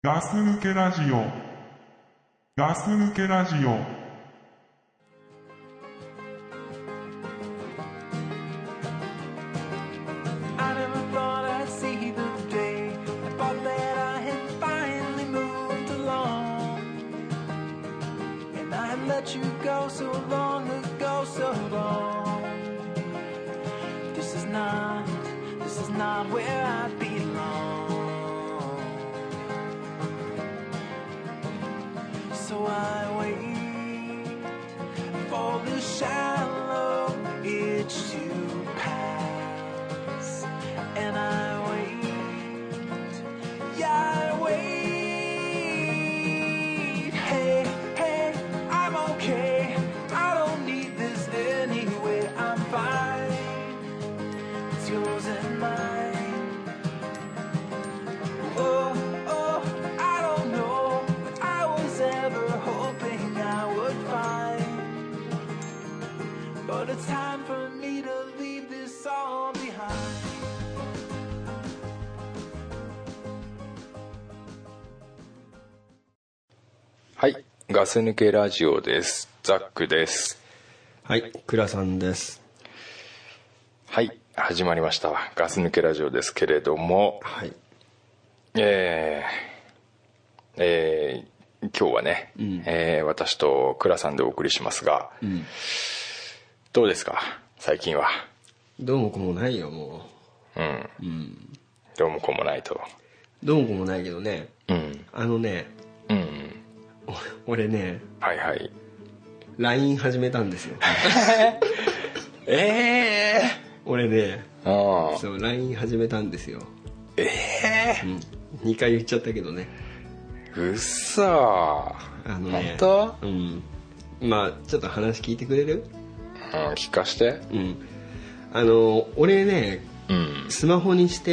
ガス抜けラジオ。ガス抜けラジオ。 Let you go so long ago, so long. This is not where I belong. So I wait for the shallow itch to pass, and I wait, yeah, I wait. Okay, I don't need this anyway, I'm fine. It's yours and mine. Oh, I don't know what I was ever hoping I would find. But it's time for me to leave this all behind. はい、ガス抜けラジオです。ザックです。 はい、クラさんです。 はい、始まりましたガス抜けラジオですけれども、 はい、 今日はね、私とクラさんでお送りしますが、どうですか最近は。 どうもこうもないよもう。 どうもこうもないと。 どうもこうもないけどね。俺ね、 はいはい、 LINE 始めたんですよ。俺ね、そう LINE 始めたんですよ。2回言っちゃったけどね。 うっそー。本当？ まあちょっと話聞いてくれる？ 聞かして。 俺ね、スマホにして、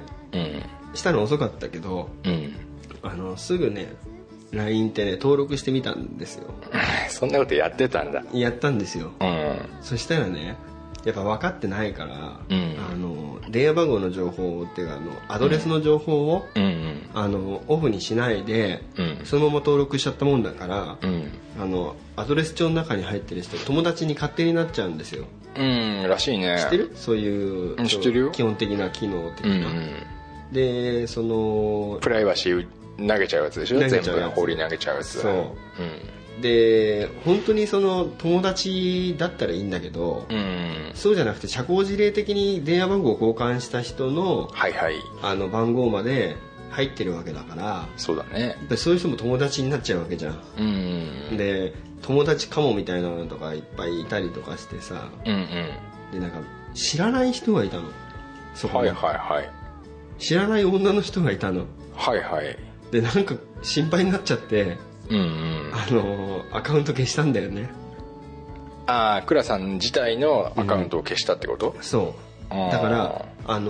したの遅かったけど、すぐねLINE ってね登録してみたんですよ。 そんなことやってたんだ。 やったんですよ。そしたらねやっぱ分かってないから、電話番号の情報っていうかアドレスの情報を、オフにしないで、そのまま登録しちゃったもんだから、アドレス帳の中に入ってる人友達に勝手になっちゃうんですよ。 らしいね。 知ってる？そういう、 知ってるよ。 基本的な機能的な、でそのプライバシー投げちゃうやつでしょ。全部放り投げちゃうやつ。 そう、で本当にその友達だったらいいんだけど、そうじゃなくて社交辞令的に電話番号を交換した人の、番号まで入ってるわけだから。 そうだね。 やっぱりそういう人も友達になっちゃうわけじゃん。で友達かもみたいなのとかいっぱいいたりとかしてさ、でなんか知らない人がいたの。そこに知らない女の人がいたの。でなんか心配になっちゃって、アカウント消したんだよね。 クラさん自体のアカウントを消したってこと？ そうだから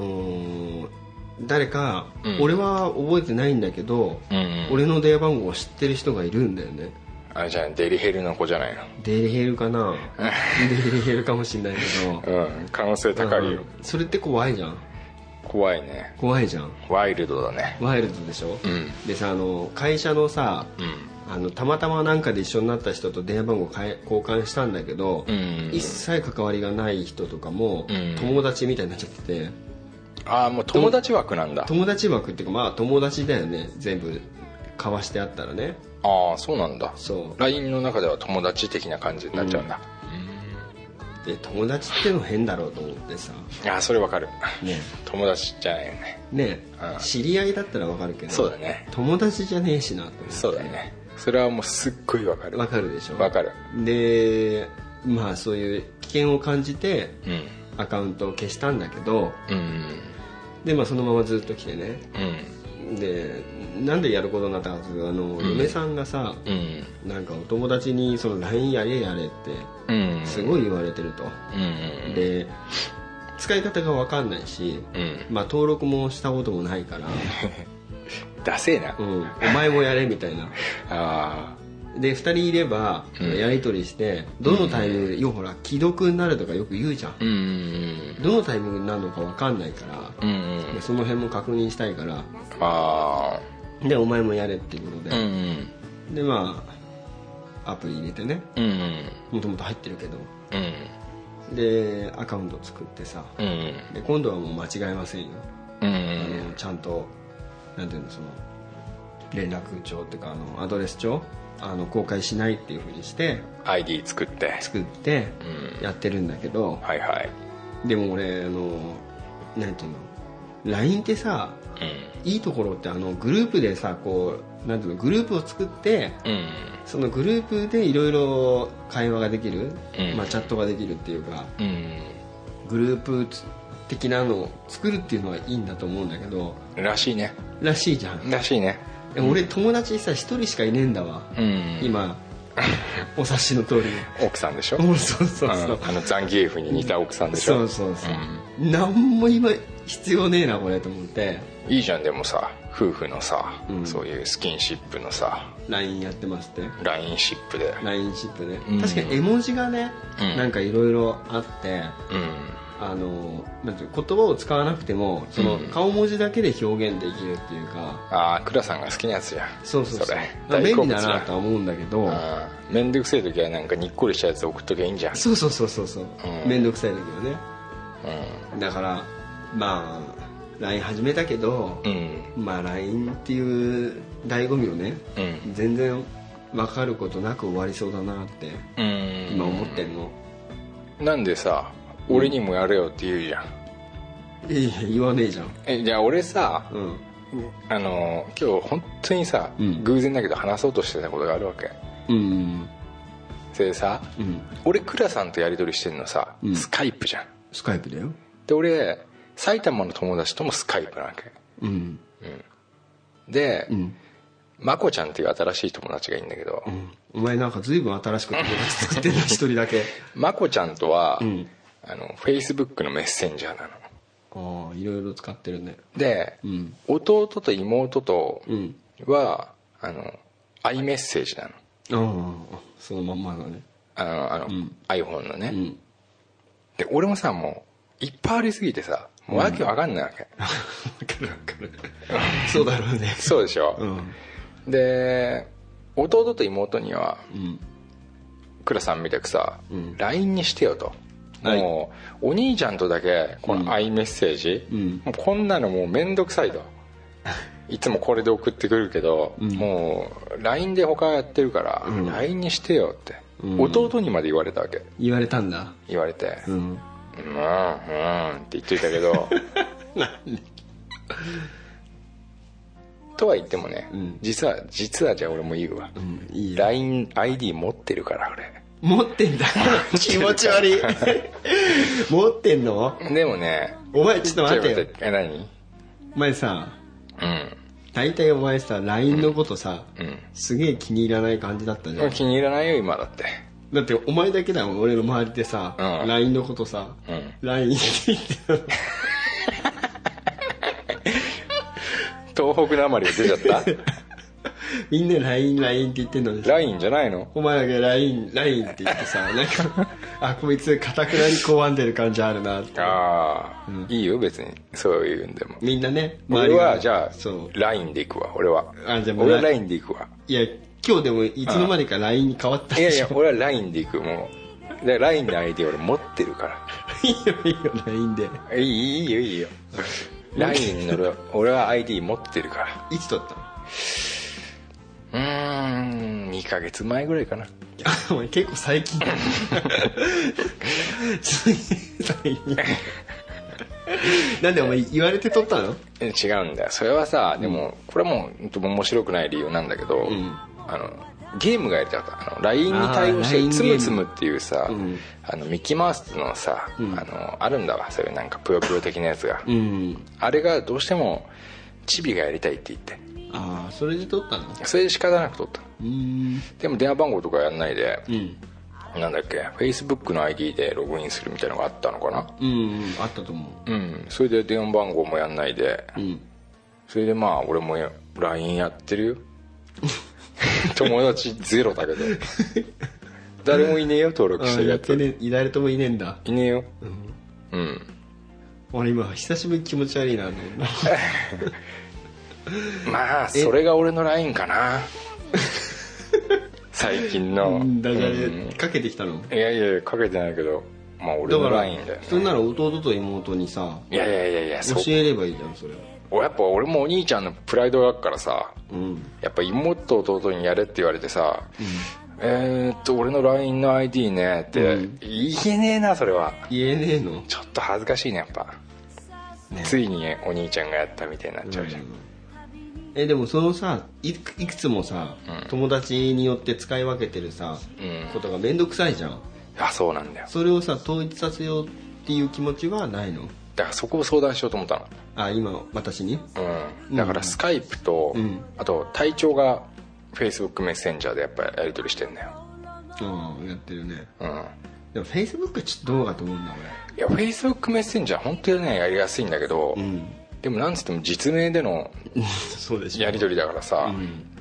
誰か、俺は覚えてないんだけど、俺の電話番号を知ってる人がいるんだよね。 じゃあデリヘルの子じゃないの？ デリヘルかな。デリヘルかもしれないけど、 可能性高いよ。 それって怖いじゃん。 怖いね。 怖いじゃん。 ワイルドだね。 ワイルドでしょ。でさ会社のさ、たまたまなんかで一緒になった人と電話番号交換したんだけど、一切関わりがない人とかも、友達みたいになっちゃってて。 もう友達枠なんだ。 友達枠っていうかまあ友達だよね。全部交わしてあったらね。 そうなんだ。 そう LINE の中では友達的な感じになっちゃうんだ。 で友達っての変だろうと思ってさ。 それわかるね。 友達じゃないよね。 知り合いだったらわかるけど、 そうだね。 友達じゃねえしなと思って。 そうだね。それはもうすっごいわかる。 わかるでしょ。 わかる。 でまあそういう危険を感じて、アカウントを消したんだけど、でまあそのままずっと来てね、でなんでやることになったかというと嫁さんがさ、なんかお友達にその LINE やれやれってすごい言われてると、で使い方が分かんないし、まあ登録もしたこともないからダセえな、 お前もやれみたいな。で2人いればやり取りして、どのタイミングで要ほら既読になるとかよく言うじゃん、どのタイミングになるのか分かんないから、その辺も確認したいからでお前もやれっていうことで、 うんでまあアプリ入れてね、もともと入ってるけど、でアカウント作ってさ、で今度はもう間違えませんよ、ちゃんとなんていうの、その連絡帳っていうかアドレス帳公開しないっていうふうにして ID 作ってやってるんだけど、 はいはい。 でも俺なんていうの LINE ってさ、いいところってグループでさ、こうなんていうの、グループを作って、そのグループでいろいろ会話ができる、まあ、チャットができるっていうか、グループ的なのを作るっていうのはいいんだと思うんだけど、 らしいね。 らしいじゃん。 らしいね。 俺友達さ一人しかいねえんだわ、今お察しの通り奥さんでしょ。 そうそうそう、 ザンギエフに似た奥さんでしょ。 そう、なんも今必要ねえなこれと思って。 いいじゃん。でもさ、夫婦のさ、そういうスキンシップのさ LINE やってますって。 LINE シップで LINE シップね、確かに絵文字がね、なんかいろいろあって、なんていう言葉を使わなくてもその顔文字だけで表現できるっていうか、 ああ、倉さんが好きなやつじゃん。 そう便利だなとは思うんだけど、 めんどくせえ時はなんかにっこりしたやつ送っときゃいいんじゃん。 そう、めんどくさい時はね、だからまあ LINE 始めたけど、まあ LINE っていう醍醐味をね、全然分かることなく終わりそうだなって今思ってんの。 なんでさ、俺にもやれよって言うじゃん。 言わねえじゃん。 じゃあ俺さ、今日本当にさ、偶然だけど話そうとしてたことがあるわけ。それでさ、俺倉さんとやり取りしてんのさ、スカイプじゃん。 スカイプだよ。 で俺埼玉の友達ともスカイプなわけ。で、まこちゃんっていう新しい友達がいいんだけど、 お前なんか随分新しく友達作ってんだ一人だけ。 まこちゃんとは、Facebook のメッセンジャーなの。いろいろ使ってるね。 で、弟と妹とは、iMessage なの。 そのまんまだね。 iPhone のね、で俺もさ、もういっぱいありすぎてさ、もうわけわかんないわけ。 わかるそうだろうね。 そうでしょ、で弟と妹には、倉さんみたくさ、LINE にしてよと、もうお兄ちゃんとだけこの iMessage、もうこんなのもうめんどくさいと。いつもこれで送ってくるけど、もう LINE で他やってるから、LINE にしてよって、弟にまで言われたわけ。 言われたんだ。 言われて、って言っといたけどとは言ってもね、実はじゃあ俺も言うわ、LINE-ID 持ってるから俺。 持ってんだ。気持ち悪い。持ってんの？ でもね、 お前ちょっと待ってよ。 何？ お前さ、大体お前さ LINE のことさ、すげえ気に入らない感じだったじゃん。 気に入らないよ今だって。 だってお前だけだもん、俺の周りでさ、LINE のことさ、LINE って言って東北なまりが出ちゃった。 みんな LINE って言ってんのに LINE じゃないの？ お前だけ LINE って言ってさ、なんかこいつ堅くなにこわんでる感じあるなって。 いいよ別にそういうんでも。 みんなね、 俺はじゃあ LINE で行くわ。俺は LINE で行くわ。 いや今日でもいつの間にか LINE に変わったでしょ。 いや俺は LINE で行く。もうで LINE の ID 俺持ってるから。 いいよ LINE で。 いいよ LINE の俺は ID 持ってるから。 いつ取ったの ？2ヶ月前ぐらいかな。 お前結構最近だね。なんでお前言われて取ったの？ 違うんだよそれはさ。でもこれはもう面白くない理由なんだけど、ゲームがやりたかった。 LINE に対応してつむつむっていうさ、ミッキーマウスのさ、あるんだわ、そういうなんかぷよぷよ的なやつが、あれがどうしてもチビがやりたいって言って、 それで取ったの？ それで仕方なく取った。でも電話番号とかやんないで、なんだっけ Facebook の ID でログインするみたいなのがあったのかな。 あったと思う。 それで電話番号もやんないで、それでまあ俺も LINE やってるよ。友達ゼロだけど誰もいねえよ登録してるやつ。 誰ともいねえんだ。 いねえよ。俺今久しぶりに気持ち悪いな。 まあそれが俺のラインかな最近のダジャレかけてきたの？ いやいやかけてないけど、まあ俺のラインだよね。 そんなら弟と妹にさ、 いや教えればいいじゃんそれ。 やっぱ俺もお兄ちゃんのプライドがあるからさ、やっぱ妹と弟にやれって言われてさ、俺の LINE の ID ねって言えねえな。それは言えねえの？ ちょっと恥ずかしいねやっぱ、ね、ついにお兄ちゃんがやったみたいになっちゃうじゃん。 でもそのさ、いくつもさ、友達によって使い分けてるさ、ことがめんどくさいじゃん。 あ、そうなんだよ。 それをさ統一させようっていう気持ちはないの？ だからそこを相談しようと思ったの。 あ、今私に？ だからスカイプと、あと隊長が Facebook メッセンジャーでやっぱりやり取りしてんだよ。 やってるね。でも Facebook ちょっとどうかと思うんだ俺。いや Facebook メッセンジャー本当にねやりやすいんだけど、でもなんつっても実名でのそうでしょ、 やり取りだからさ、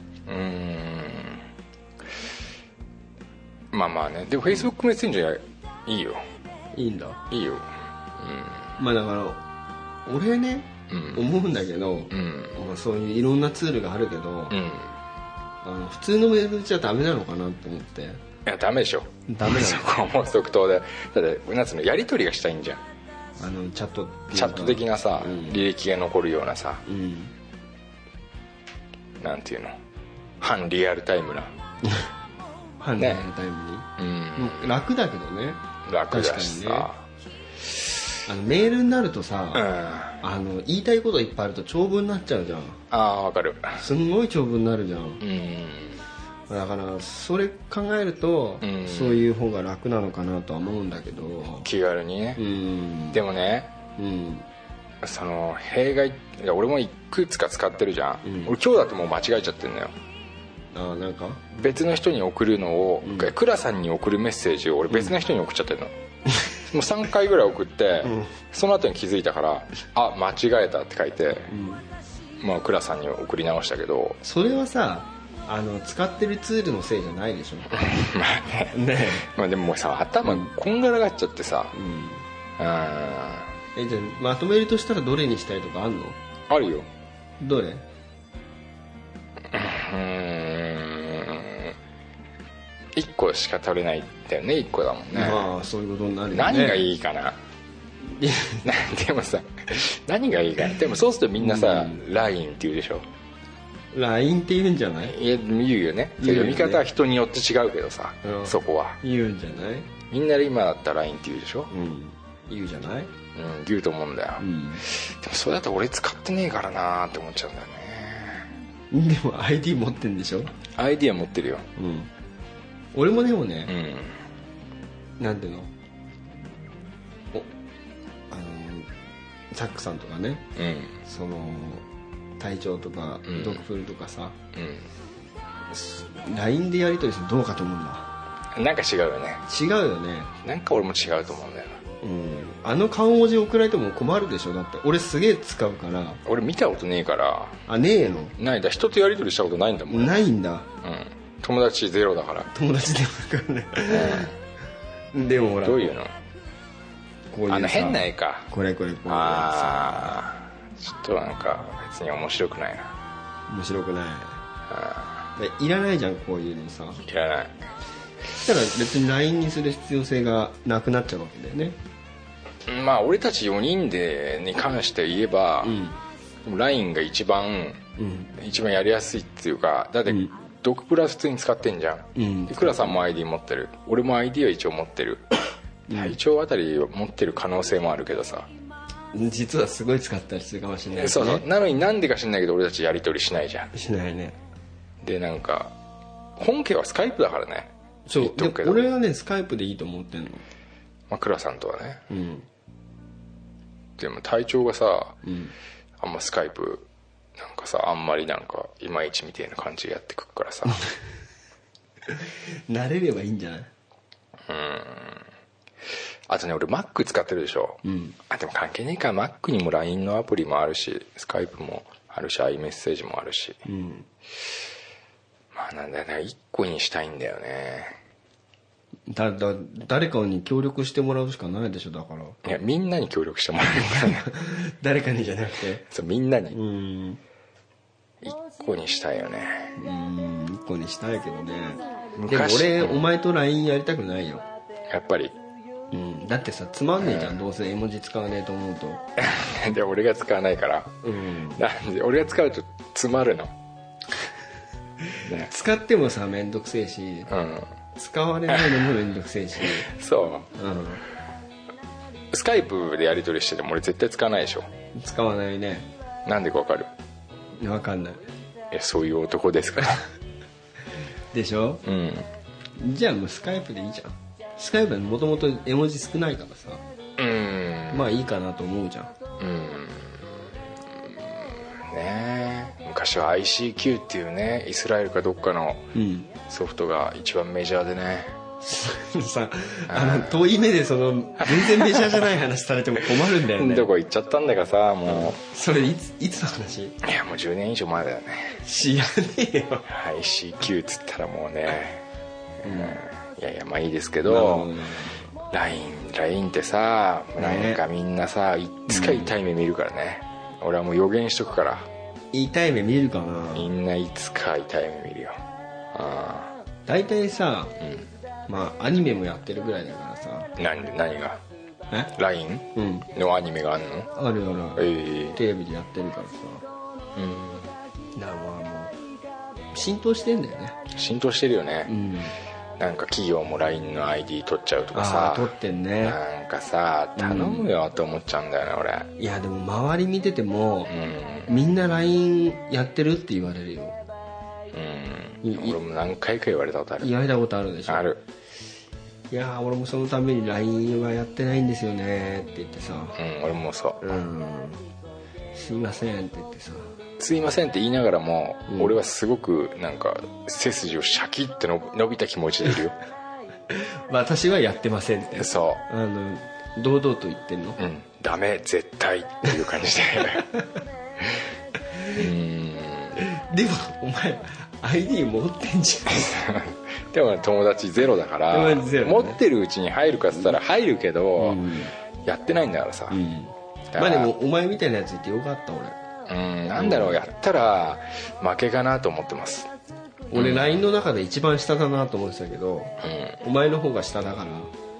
まあまあね。でも Facebook メッセンジャーいいよ。いいんだ。いいよ。 まあだから俺ね、思うんだけど、まあ、そういういろんなツールがあるけど、普通のメールじゃダメなのかなと思って。いやダメでしょ。ダメなの。そこはもう即答で。だってなんつうのやり取りがしたいんじゃん。 チャット的なさ、履歴が残るようなさ、なんていうの、半リアルタイムな半リアルタイムに、楽だけどね。 楽だしさ、 メールになるとさ、言いたいこといっぱいあると長文になっちゃうじゃん。 ああ分かる。 すんごい長文になるじゃん。だからそれ考えると、そういう方が楽なのかなとは思うんだけど、 気軽にね。でもね、その弊害、俺もいくつか使ってるじゃん。俺今日だってもう間違えちゃってんのよ。 なんか別の人に送るのを、クラさんに送るメッセージを俺別の人に送っちゃってるの。もう3回ぐらい送って、その後に気づいたからあ間違えたって書いて、まあクラさんに送り直したけど、 それはさ使ってるツールのせいじゃないでしょまあねまあでもさ頭こんがらがっちゃってさ、 じゃあまとめるとしたらどれにしたいとかあんの？ あるよ。 どれ ？1個しか取れないんだよね。1個だもんね。 まあそういうことになるよね。 何がいいかなでもさ何がいいかな。でもそうするとみんなさ、LINE って言うでしょ。 LINE って言うんじゃない？ いや言うよね。読み方は人によって違うけどさ、そこは言うんじゃない？ みんなで今だったら LINE って言うでしょ。 言うじゃない？ 言うと思うんだよ。でもそれだと俺使ってねえからなって思っちゃうんだよね。でも ID 持ってんでしょ？ ID は持ってるよ。 俺もでもね、なんていうの、ザックさんとかね、その隊長とかドクプルとかさ、LINE でやり取りするのどうかと思うんだ。 なんか違うよね。 違うよね。 なんか俺も違うと思うんだよな。 顔文字送られても困るでしょ。だって俺すげえ使うから。 俺見たことねえから。 ねえの？ ないだ。人とやり取りしたことないんだもん。 ないんだ。 友達ゼロだから。 友達ゼロだからね。でもほらどういうの？こういうさ、変な絵か。 これああちょっとなんか別に面白くないな。 面白くない。いらないじゃんこういうのさ。 いらない。 そしたら別に LINE にする必要性がなくなっちゃうわけだよね。 まあ俺たち4人でに関して言えば、LINE が一番やりやすいっていうか、だってドクプラ普通に使ってんじゃん。でクラさんも ID 持ってる。俺も ID は一応持ってる。隊長あたり持ってる可能性もあるけどさ、 実はすごい使ったりするかもしれない、ね、 そうなのになんでか知んないけど俺たちやり取りしないじゃん。 しないね。でなんか本家はスカイプだからね。 そうで俺はねスカイプでいいと思ってんの。 まあクラさんとはね、でも隊長がさ、あんまスカイプなんかさあんまりなんかいまいちみたいな感じでやってくっからさ慣れればいいんじゃない？ あとね俺 Mac 使ってるでしょ、でも関係ねえか。 Mac にも LINE のアプリもあるしスカイプもあるし iMessage もあるし、まあなんだよね1個にしたいんだよね。 誰かに協力してもらうしかないでしょ。だからいやみんなに協力してもらうから誰かにじゃなくてそうみんなに個にしたいよね。 1個にしたいけどね。でも昔俺、お前と LINE やりたくないよ。 やっぱりだってさ、つまんねえじゃん、どうせ絵文字使わねえと思うと。 で俺が使わないから、なんで俺が使うと詰まるの、ね、 使ってもさめんどくせえし、使われないのもめんどくせえしそう、スカイプでやり取りしてても俺絶対使わないでしょ。 使わないね。 なんでか分かる？ 分かんない。 そういう男ですからでしょ。じゃあもうスカイプでいいじゃん。スカイプはもともと絵文字少ないからさ、まあいいかなと思うじゃん。 ねえ、昔は ICQ っていうね、イスラエルかどっかのソフトが一番メジャーでね、 さ、遠い目でその全然メジャーじゃない話されても困るんだよね。 どこ行っちゃったんだかさ、もうそれいつの話？ いやもう10年以上前だよね。 知らねえよ。 ICQ っつったらもうね、いやいやまあいいですけど、LINE ってさ、なんかみんなさ、いつか痛い目見るからね。俺はもう予言しとくから、 痛い目見るかな。 みんないつか痛い目見るよ。 大体さ、まあアニメもやってるぐらいだからさ。 何が？LINE のアニメがあんの？ あるある、テレビでやってるからさ。だからもう浸透してんだよね。 浸透してるよね。なんか企業も LINE の ID 取っちゃうとかさ。 取ってんね。 なんかさ、頼むよって思っちゃうんだよね、俺。 いやでも周り見てても、みんな LINE やってるって言われるよ。 俺も何回か言われたことある。 言われたことあるでしょ。 ある。 いや俺もそのために LINE はやってないんですよねって言ってさ。 俺もそう。 すいませんって言ってさ。 すいませんって言いながらも、俺はすごくなんか背筋をシャキッて伸びた気持ちでいるよ。 私はやってませんって。 そう。 堂々と言ってんの？ ダメ絶対っていう感じで。 でもお前 ID 持ってんじゃん。でも友達ゼロだから、持ってるうちに入るかっつったら入るけど、やってないんだからさ。 まあでもお前みたいなやついてよかった俺。 なんだろう、やったら負けかなと思ってます。 俺 LINE の中で一番下だなと思ってたけど、お前の方が下だから。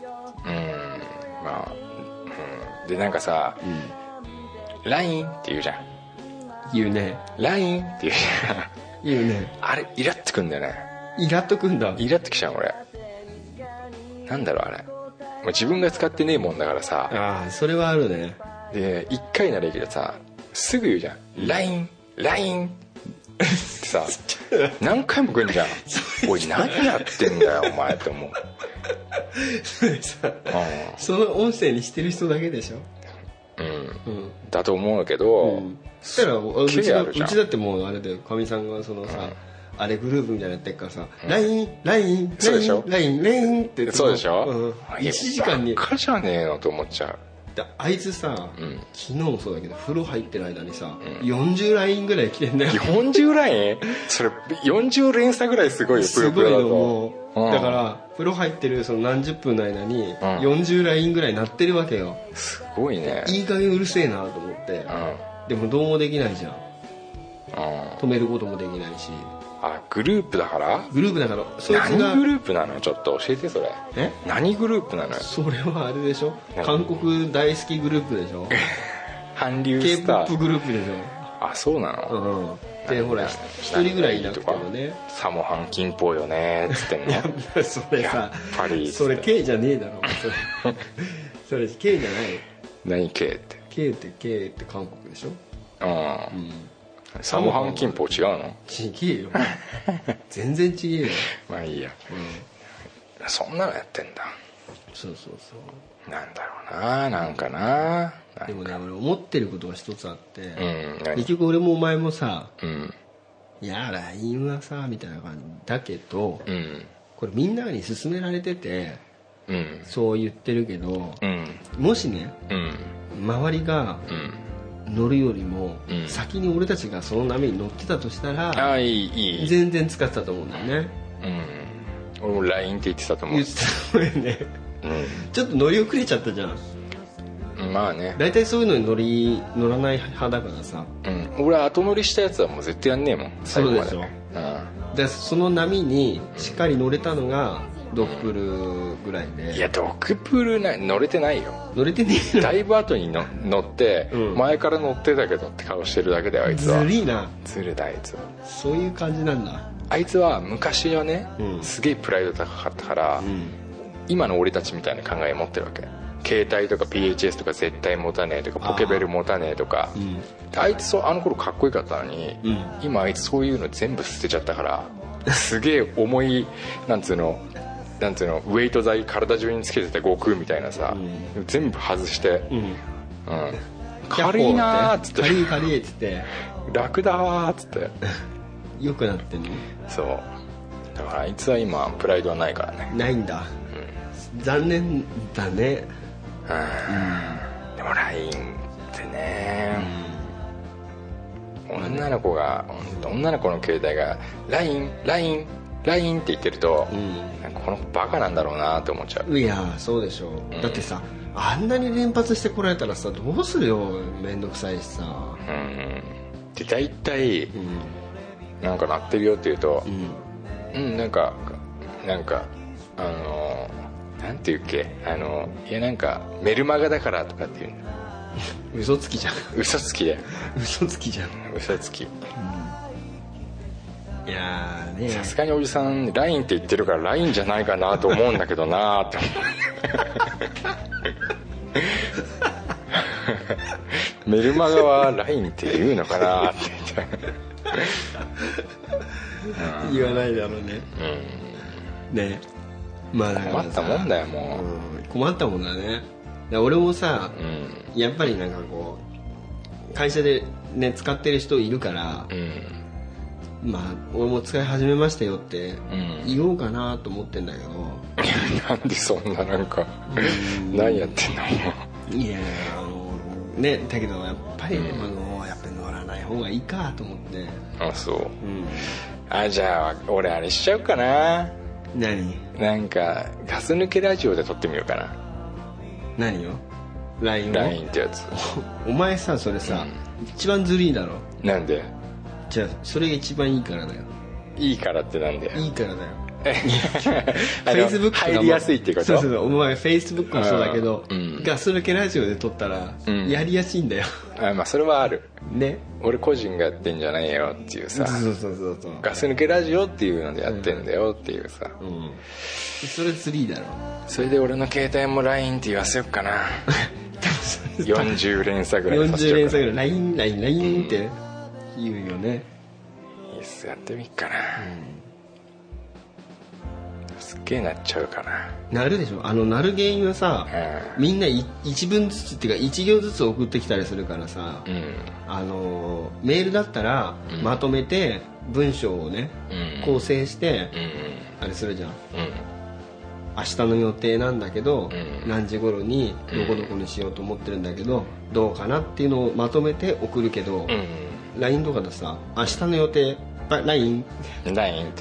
まあ、でなんかさ、LINE って言うじゃん。 言うね。 LINE って言うじゃん。 言うね。 あれイラってくんだよね。 イラっとくんだ。 イラってきちゃう俺。なんだろうあれ、もう自分が使ってねえもんだからさ。 それはあるね。 で1回ならいいけどさ、すぐ言うじゃん。 LINE ってさ、何回も来るじゃん。おい何やってんだよお前って思う。 それさ、その音声にしてる人だけでしょ。 だと思うけど、 そしたらうちだってもうあれでかみさんがそのさ、あれグループみたいなやってっからさ、LINE そうでしょ、 LINE ってそうでしょ、 1時間にバカじゃねえのと思っちゃう。 あいつさ、昨日もそうだけど風呂入ってる間にさ、40ラインぐらい来てんだよ。 40ライン？それ40連鎖ぐらいすごいよ。 すごいのもう、だから風呂入ってるその何十分の間に40ラインぐらい鳴ってるわけよ。 すごいね。 いい加減うるせえなと思って、でもどうもできないじゃん。止めることもできないし。 グループだから？ グループだからそいつが。 何グループなの？ちょっと教えてそれ。何グループなの？それはあれでしょ、韓国大好きグループでしょ。 韓流スター K-POP グループでしょ。 そうなの？ でほら一人ぐらいいなくてもね、 サモハンキンポよねっつってんの。 それさ、 やっぱりそれ K じゃねえだろ。それ K じゃない。 何 K って？ K って韓国でしょ。 サモハンキンポ違うの？ ちげえよ。全然ちげえよ。 まあいいや。そんなのやってんだ。 そう。 なんだろうな、なんかな。 でもね、俺思ってることが一つあって、結局俺もお前もさ、いや LINE はさみたいな感じだけど、これみんなに勧められてて、そう言ってるけど、もしね、周りが乗るよりも先に俺たちがその波に乗ってたとしたら、全然使ってたと思うんだよね。 俺も LINE って言ってたと思う。 言ってたと思うよね。ちょっと乗り遅れちゃったじゃん。 まあね、 大体そういうのに乗らない派だからさ、 俺は後乗りしたやつはもう絶対やんねえもん最後まで。 そうでしょ、でその波にしっかり乗れたのがドップルぐらいで、 いやドッグプール乗れてないよ。 乗れてねえだいぶ後に乗って、前から乗ってたけどって顔してるだけであいつは。 ずるいな。 ずるだあいつは。 そういう感じなんだ。 あいつは昔はね、すげえプライド高かったから、今の俺たちみたいな考え持ってるわけ。携帯とか PHS とか絶対持たねえとかポケベル持たねえとか、あいつあの頃かっこよかったのに、今あいつそういうの全部捨てちゃったからすげえ重いなんつうのウェイト材体中につけてた悟空みたいなさ、全部外して、軽いなーっつって軽いっつって楽だーっつってよくなってんの。 そうだからあいつは今プライドはないからね。 ないんだ、残念だね。 でも LINE ってね、女の子の携帯が LINE って言ってると、なんかこの子バカなんだろうなって思っちゃう。 いやそうでしょ、だってさあんなに連発してこられたらさどうするよ、めんどくさいしさ。 で大体、なんか鳴ってるよって言うと、なんかなんていうっけ、いやなんかメルマガだからとかっていう嘘つきじゃん。 嘘つきで嘘つきじゃん。 嘘つき。 いやね、 さすがにおじさん LINE って言ってるから LINE じゃないかなと思うんだけどなって思うメルマガは LINE って言うのかなって言わないだろうね。ね、まあだから困ったもんだよもう、困ったもんだね。俺もさ、やっぱりなんかこう会社でね使ってる人いるから、まあ俺も使い始めましたよって言おうかなと思ってんだけど、 なんでそんななんか何やってんの。 いやね、だけどやっぱり、やっぱり乗らない方がいいかと思って。 あ、そう、じゃあ俺あれしちゃうかな。 何？ なんかガス抜けラジオで撮ってみようかな。 何よ？ LINE ってやつお前さそれさ、一番ずるいだろ。 なんで？ じゃあそれが一番いいからだよ。 いいからってなんで？ いいからだよ。 Facebook 入りやすいっていうこと？ そうお前 Facebook もそうだけど、ガス抜けラジオで撮ったらやりやすいんだよ。 まあそれはあるね。 俺個人がやってんじゃないよっていうさ、 そうガス抜けラジオっていうのでやってんだよっていうさ、 それツリーだろ。 それで俺の携帯も LINE って言わせよっかな40連鎖ぐらいさせちゃうから。40連鎖ぐらい LINE って言うよね。 いいっす、やってみっかな。すっげえなっちゃうかな。 なるでしょ。なる原因はさ、みんな一文ずつっていうか一行ずつ送ってきたりするからさ、メールだったらまとめて文章をね、構成して、あれするじゃん、明日の予定なんだけど、何時頃にどこどこにしようと思ってるんだけど、どうかなっていうのをまとめて送るけど、LINE とかでさ明日の予定LINE って、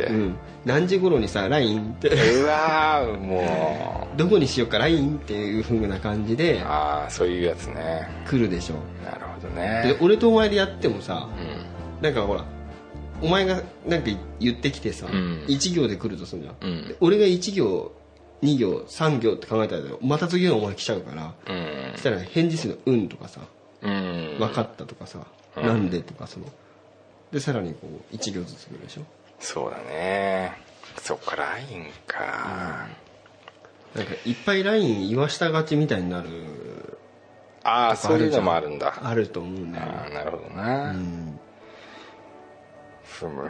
何時頃にさ LINE ってうわーもうどこにしようか LINE っていう風な感じで、 そういうやつね、 来るでしょ。 なるほどね。 で俺とお前でやってもさ、なんかほらお前がなんか言ってきてさ、1行で来るとするじゃん、で俺が1行2行3行って考えたらまた次のお前来ちゃうから、そしたら返事するの「とかさ「分かった」とかさ「なんで」とかでさらにこう1行ずつ来るでしょ。 そうだね。そっか LINE か、 なんかいっぱい LINE 言わしたがちみたいになる。 そういうのもあるんだ。 あると思うんだよ。 なるほどな。ふむ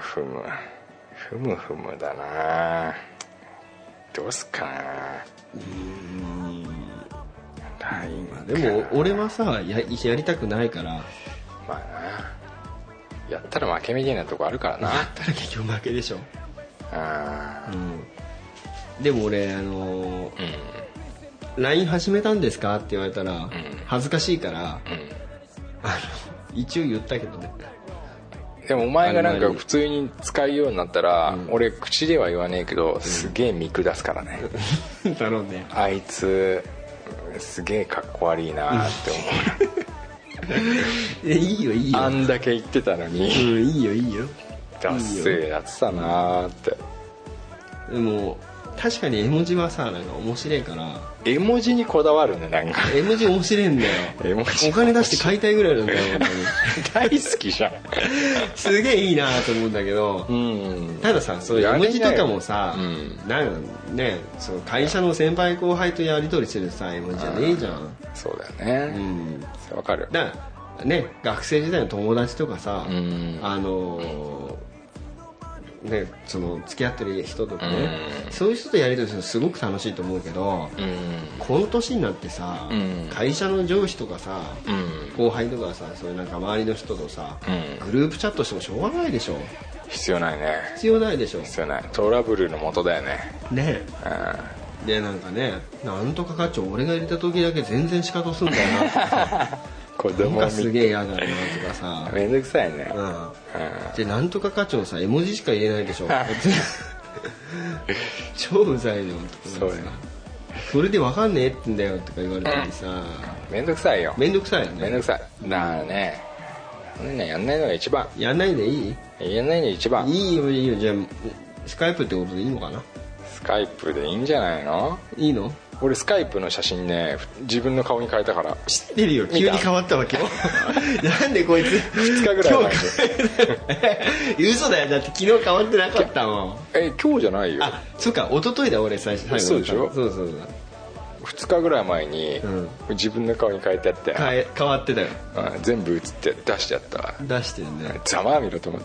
だな。どうすっかな。 でも俺はさ やりたくないから。 まあな、やったら負けみたいなとこあるからな。 やったら結局負けでしょ。でも俺LINE 始めたんですかって言われたら恥ずかしいから、一応言ったけどね。 でもお前がなんか普通に使うようになったら、俺口では言わねえけどすげえ見下すからね。 だろうね。 あいつすげえかっこ悪いなって思ういいよいいよ、 あんだけ言ってたのに、 いいよいいよ、 ダッセーやってたなって。 でも確かに絵文字はさ、なんか面白いから、 絵文字にこだわるね、なんか絵文字面白いんだよ絵文字お金出して買いたいぐらいなんだよ本大好きじゃんすげえいいなと思うんだけど、たださ、そういう絵文字とかもさ、なんかね、その会社の先輩後輩とやり取りしてるさ絵文字じゃねえじゃん。 そうだよね、わかる。 だからね、学生時代の友達とかさ、ね、その付き合ってる人とかね、そういう人とやり取りするのすごく楽しいと思うけど、この年になってさ、会社の上司とかさ、後輩とかさ、そういうなんか周りの人とさ、グループチャットしてもしょうがないでしょ。 必要ないね。 必要ないでしょ。 必要ない。トラブルの元だよね。 ねえ、でなんかね、なんとか課長俺が入れた時だけ全然仕方すんだよなとかさ子供なんかすげえ嫌だなとかさめんどくさいね。 でなんとか課長さ絵文字しか言えないでしょ超うざいのとかさ、それで分かんねえってんだよとか言われたりさ、 めんどくさいよ。 めんどくさいよね。 めんどくさい。だからね、やんないのが一番。 やんないでいい？ やんないのが一番。 いいよいいよ。じゃあスカイプってことでいいのかな？ スカイプでいいんじゃないの？ いいの？ 俺スカイプの写真ね、自分の顔に変えたから。 知ってるよ。急に変わったわけよなんでこいつ 2日ぐらい前に嘘だよ。だって昨日変わってなかったもん。 今日じゃないよ。 あ、そうか、一昨日だ俺最後。 そうでしょ。 そうそうだ。 2日ぐらい前に、自分の顔に変えてやって変わってたよ、 全部写って出してやった出してるね。 ざまあみろと思った。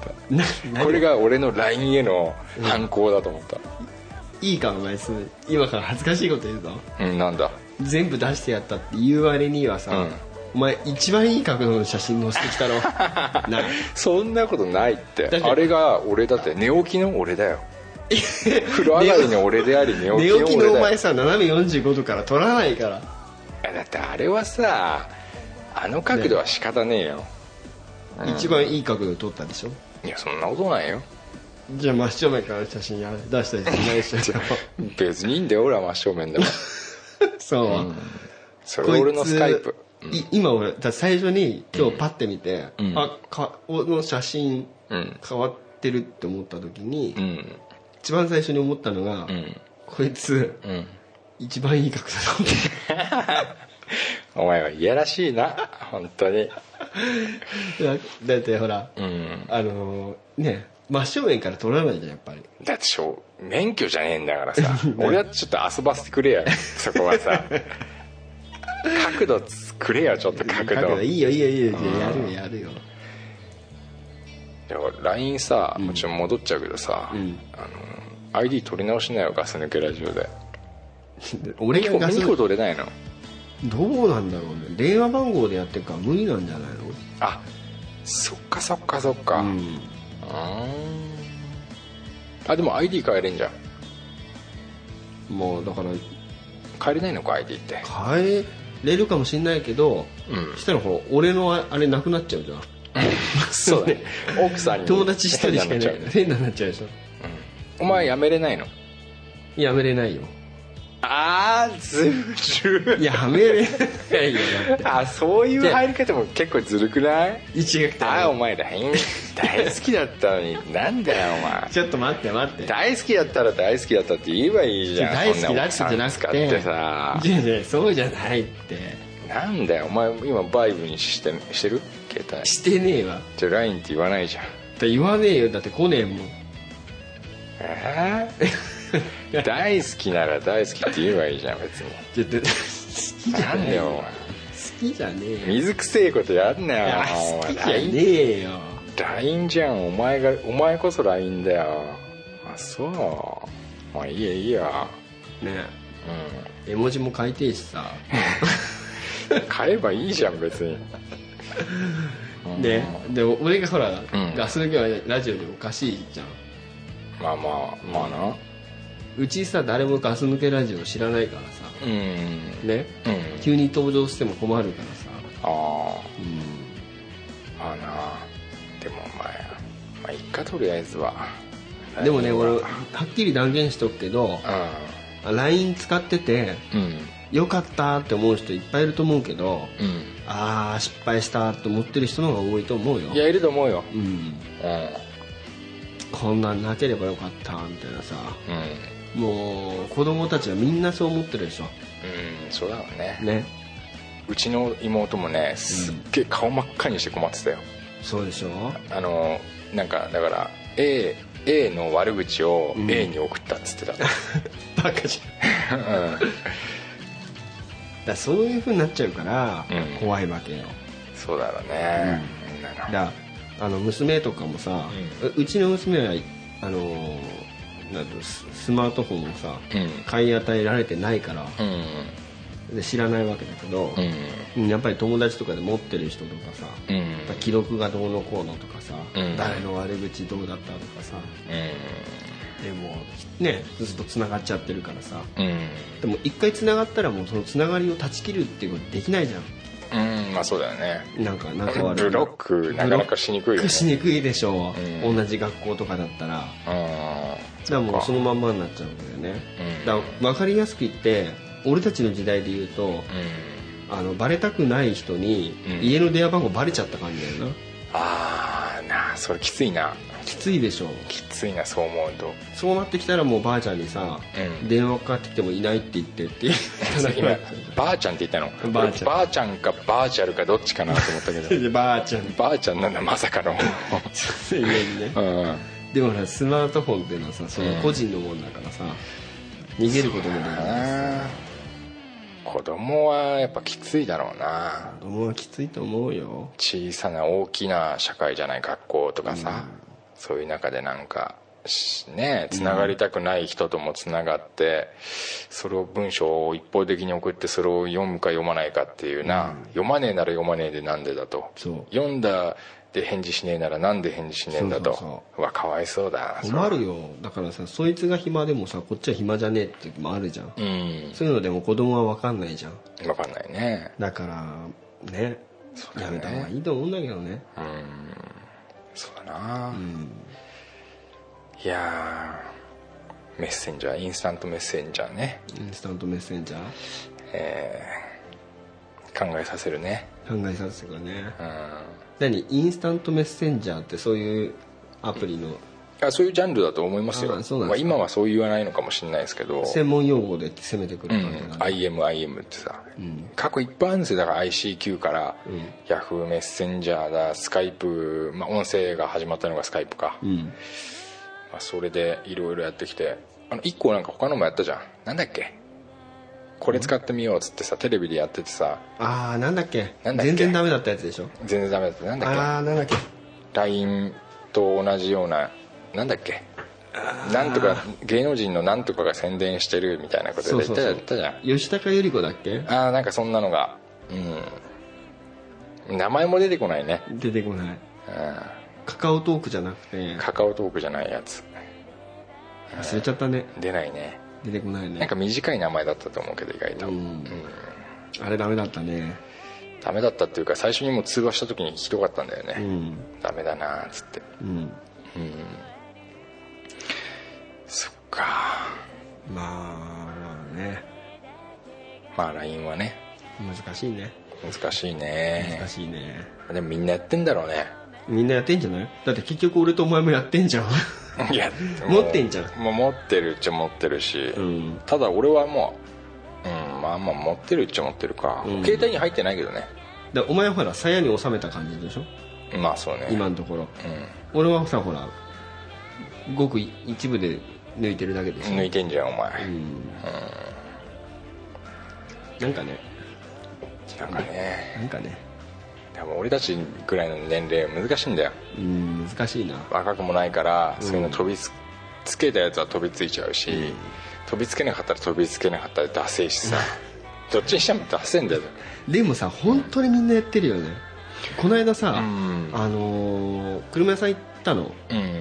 これが俺の LINE への反抗だと思った。 いい考えする。今から恥ずかしいこと言うぞ。 なんだ。 全部出してやったって言う割にはさ、お前一番いい角度の写真載せてきたろなそんなことないって。あれが俺だって。寝起きの俺だよ風呂上がりの俺であり寝起きの俺だよ。寝起きのお前さ斜め45度から撮らないから。 だってあれはさ、あの角度は仕方ねえよ、 一番いい角度撮ったでしょ。 いやそんなことないよ。 じゃあ真正面から写真出したりしないでしょ別にいいんだよ俺は真正面でもそう、 それ俺のスカイプ。 今俺最初に今日パッて見て、俺の写真変わってるって思った時に、一番最初に思ったのが、こいつ、一番いい角度だお前はいやらしいな本当にだってほら、ね、真正面から撮らないじゃんやっぱり。だって免許じゃねえんだからさ俺はちょっと遊ばせてくれやそこはさ角度くれよちょっと角度。 いいよいいよいいよ、やるよ。 でも LINE さ、もちろん戻っちゃうけどさ、ID 取り直しなよガス抜けラジオで俺がガス抜け取れないの？ どうなんだろうね。電話番号でやってるから無理なんじゃないの？ あ、そっかそっかそっか、でも ID 変えれんじゃん。もうだから変えれないのか ID って。 変えれるかもしれないけど、したら俺のあれなくなっちゃうじゃんそうだね奥さんに友達一人しかいないから変になっちゃうでしょ。 お前やめれないの？ やめれないよ。 ずるい。 やめれないよだって。 そういう入り方も結構ずるくない？ 違くてお前 LINE 大好きだったのになんだよお前ちょっと待って大好きだったら大好きだったって言えばいいじゃん。 大好きだってじゃなくてさ、そうじゃないって。 なんだよお前今バイブにしてる携帯してねえわ。 じゃあ LINE って言わないじゃん。 言わねえよだって来ねえもん。 大好きなら大好きって言えばいいじゃん別に。 ちょっと好きじゃなんだよお前。 好きじゃねえよ。 水くせえことやんなよ好きじゃねえよ。 LINE じゃんお前こそ LINE だよ。そういいよねえ、絵文字も書いていいしさ買えばいいじゃん別にで俺がほら、ガス抜けはラジオでおかしいじゃん。 まあな。 うちさ誰もガス抜けラジオ知らないからさ、ね、急に登場しても困るからさ。 まあな。でもまあいっかとりあえずは。 でもね俺はっきり断言しとくけど、LINE 使ってて、 よかったって思う人いっぱいいると思うけど、ああ失敗したって思ってる人の方が多いと思うよ。 いやいると思うよ。 こんなんなければよかったみたいなさ、もう子供たちはみんなそう思ってるでしょ。 そうだろうね。うちの妹もねすっげえ顔真っ赤にして困ってたよ。 そうでしょ。 なんかだから A の悪口を A に送ったっつってた、 バカじゃん、だそういう風になっちゃうから怖いわけよ。 そうだろうね、 だ娘とかもさ、うちの娘はスマートフォンをさ、買い与えられてないから、で知らないわけだけど、やっぱり友達とかで持ってる人とかさ、記録がどうのこうのとかさ、誰の悪口どうだったとかさ、でもねずっとつながっちゃってるからさ、でも一回つながったらもうそのつながりを断ち切るっていうことできないじゃん。 まあそうだよね。 なんかブロックなかなかしにくいよね。 しにくいでしょう、同じ学校とかだったら。だからもうそのまんまになっちゃうんだよね。だから分かりやすく言って俺たちの時代で言うと、バレたくない人に家の電話番号バレちゃった感じだよな。 それきついな。 きついでしょ。 きついな、そう思うと。 そうなってきたらもうばあちゃんにさ、電話かかってきてもいないって言ってって今ばあちゃんって言ったの。ばあちゃんかバーチャルかどっちかなと思ったけどばあちゃんなんだまさかの上にね、でもスマートフォンっていうのはさ、その個人のもんだからさ、逃げることもできないし。 子供はやっぱきついだろうな。 子供はきついと思うよ。 小さな大きな社会じゃない、学校とかさ、そういう中でなんかね、つながりたくない人ともつながって、それを文章を一方的に送ってそれを読むか読まないかっていうな、読まねえなら読まねえでなんでだと、読んだで返事しねえならなんで返事しねえんだと。かわいそうだ。 困るよ。だからさ、そいつが暇でもさ、こっちは暇じゃねえって時もあるじゃん。そういうのでも子供は分かんないじゃん。 分かんないね。 だからね、やめた方がいいと思うんだけどね。 そうだな。いやメッセンジャー、インスタントメッセンジャーね。 インスタントメッセンジャー、 考えさせるね。 考えさせるね。何、インスタントメッセンジャーってそういうアプリの、 そういうジャンルだと思いますよ。今はそう言わないのかもしれないですけど、 専門用語で攻めてくる感じなんだ。 IM ってさ、過去いっぱいあるんですよ。だから ICQ から、Yahoo メッセンジャーだ、スカイプ、音声が始まったのがスカイプか、それでいろいろやってきて、1個なんか他のもやったじゃん。なんだっけ、これ使ってみようっつってさ、テレビでやっててさ、 なんだっけ、全然ダメだったやつでしょ。 全然ダメだった。なんだっけ、 なんだっけ、 LINE と同じような、なんだっけ、なんとか芸能人のなんとかが宣伝してるみたいなことで言ったじゃん。 吉高由里子だっけ。 なんかそんなのが、名前も出てこないね。 出てこない。カカオトークじゃなくて、 カカオトークじゃないやつ、 忘れちゃったね。 出ないね。 出てこないね。 なんか短い名前だったと思うけど意外と、 あれダメだったね。 ダメだったっていうか、最初にもう通話した時にひどかったんだよね、ダメだなっつって。そっか。 まあね、 LINE はね難しいね。 難しいね。 難しいね。 でもみんなやってんだろうね。 みんなやってんじゃない。だって結局俺とお前もやってんじゃん。 いや持ってんじゃん。 もう持ってるっちゃ持ってるし、ただ俺はもう、まあ持ってるっちゃ持ってるか、携帯に入ってないけどね。 でお前はほら鞘に収めた感じでしょ。 まあそうね、 今のところ、俺はさほらごく一部で抜いてるだけでしょ。 抜いてんじゃんお前。 なんかねでも俺たちぐらいの年齢難しいんだよ。 難しいな。 若くもないから、そういうの飛びつけたやつは飛びついちゃうし、飛びつけなかったら飛びつけなかったらダセえしさ、どっちにしてもダセえんだよ。 でもさ本当にみんなやってるよね。この間さ、車屋さん行ったの、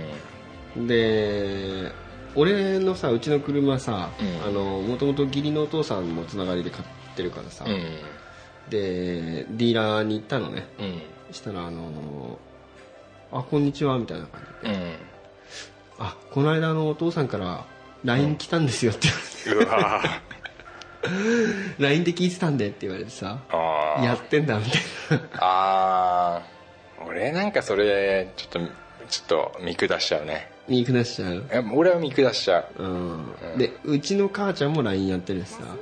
で俺のさ、うちの車さ、もともと義理のお父さんのつながりで買ってるからさ、でディーラーに行ったのね、したらこんにちはみたいな感じで、この間お父さんから LINE 来たんですよって言われて、 LINE で聞いてたんでって言われてさ、やってんだみたいな。俺なんかそれちょっと見下しちゃうね。 見下しちゃう。 俺は見下しちゃう。 でうちの母ちゃんも LINE やってるしさ。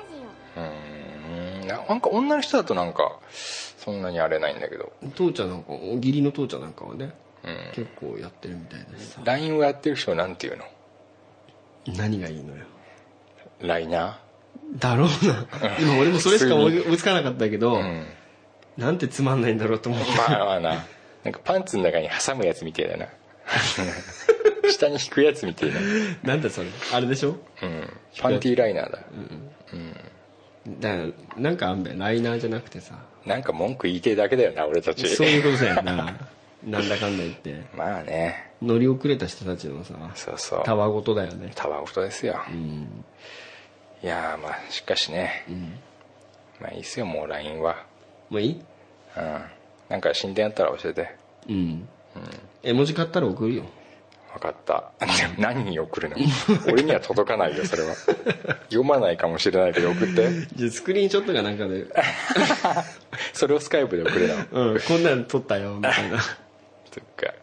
なんか女の人だとなんかそんなにあれないんだけど、 父ちゃんなんか義理の父ちゃんなんかはね、結構やってるみたいだしさ。 LINE をやってる人はなんていうの？ 何がいいのよ。 ライナーだろうな。今俺もそれしか思いつかなかったけど、なんてつまんないんだろうと思って。 まあな、なんかパンツの中に挟むやつみたいだな。下に引くやつみたいな。 なんだそれ、あれでしょ。 パンティーライナーだ。 だからなんかあんべん、ライナーじゃなくてさ、 なんか文句言いてえだけだよな俺たち。 そういうことだよな。なんだかんだ言ってまあね、 乗り遅れた人たちのさ、 そうたわごとだよね。 たわごとですよ。いやまあしかしね、まあいいっすよ、もう LINE はもういい。 なんか進展あったら教えて。 絵文字買ったら送るよ。 分かった。何に送るの？俺には届かないよそれは。読まないかもしれないけど送って。 じゃあスクリーンショットかなんかでそれをスカイプで送れな。 こんなの撮ったよみたいな。 そっか。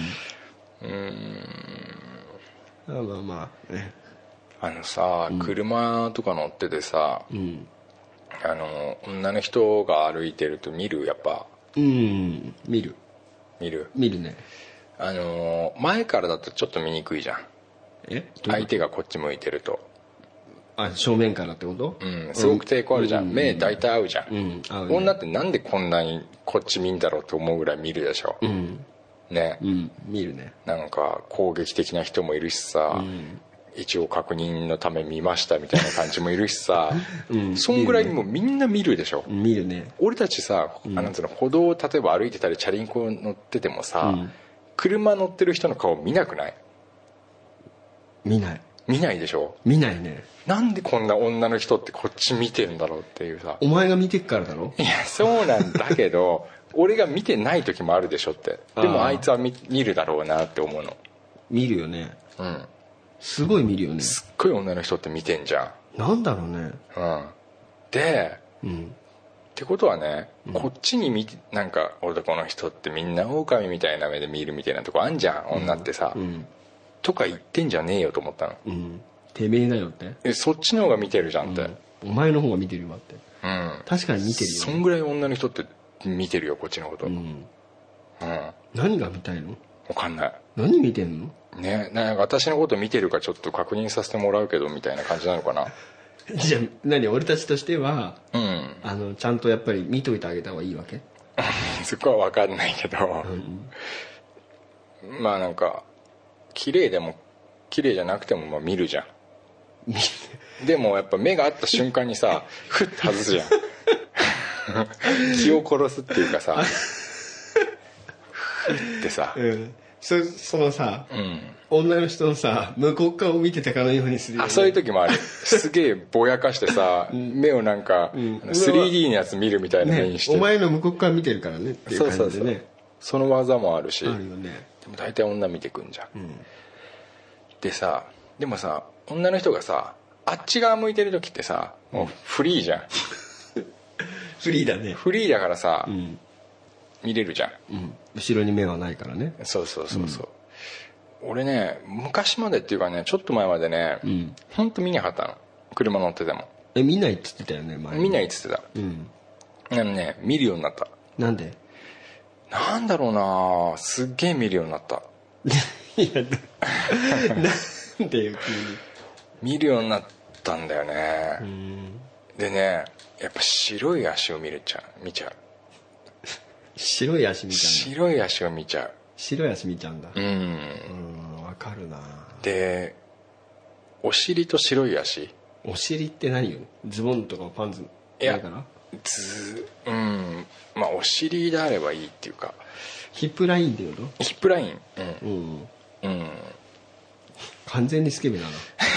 まあまあね。 さ、車とか乗っててさ、女の人が歩いてると見る？やっぱ見るね。 前からだとちょっと見にくいじゃん。相手がこっち向いてると。 正面からってこと？ すごく抵抗あるじゃん。目大体合うじゃん。女ってなんでこんなにこっち見んだろうと思うぐらい見るでしょ。ね。 見るね。 なんか攻撃的な人もいるしさ、一応確認のため見ましたみたいな感じもいるしさ、そんぐらいもうみんな見るでしょ。 見るね。 俺たちさ、なんつうの、歩道を例えば歩いてたりチャリンコ乗っててもさ、車乗ってる人の顔見なくない？ 見ないでしょ。 見ないね。 なんでこんな女の人ってこっち見てるんだろうっていうさ。 お前が見てっからだろ。 いやそうなんだけど俺が見てない時もあるでしょって。でもあいつは見るだろうなって思うの。 見るよね。すごい見るよね。 すっごい女の人って見てんじゃん。なんだろうね。 で、ってことはね、こっちになんか男の人ってみんな狼みたいな目で見るみたいなとこあんじゃん、女ってさ、とか言ってんじゃねえよと思ったの。 てめえだよって。 そっちの方が見てるじゃんって。 お前の方が見てるわって。確かに見てるよ。 そんぐらい女の人って見てるよこっちのこと。 何が見たいの？ 分かんない。 何見てんのね。なんか私のこと見てるかちょっと確認させてもらうけどみたいな感じなのかな。 じゃあ俺たちとしては、ちゃんとやっぱり見といてあげた方がいいわけ？ そこは分かんないけど、まあなんか綺麗でも綺麗じゃなくてもまあ見るじゃん。でもやっぱ目が合った瞬間にさふって外すじゃん。気を殺すっていうかさ、ふってさ、 そのさ、女の人のさ向こう側を見てたかのようにするよね。 そういう時もある。すげえぼやかしてさ、目をなんか 3D のやつ見るみたいな目にして、 お前の向こう側見てるからねっていう感じでね。 その技もあるし。 あるよね。 でも大体女見てくんじゃん。でさ、でもさ女の人がさあっち側向いてる時ってさもうフリーじゃん。 フリーだね。 フリーだからさ、見れるじゃん、 後ろに目はないからね。 そう、俺ね昔までっていうかねちょっと前までね、ほんと見なかったの、車乗ってても。 見ないっつってたよね前。 見ないっつってた。ね見るようになった。 なんで？ なんだろうな、すっげえ見るようになった。 いやなんでよ急に。 見るようになったんだよね。でねやっぱ白い足を見ちゃう。 白い足見ちゃう。 白い足を見ちゃう。 白い足見ちゃうんだ。わかるな。 でお尻と白い足。 お尻って何よ？ズボンとかパンツだから？ まあお尻であればいいっていうか。 ヒップラインってこと？ ヒップライン。 完全にスケベだな。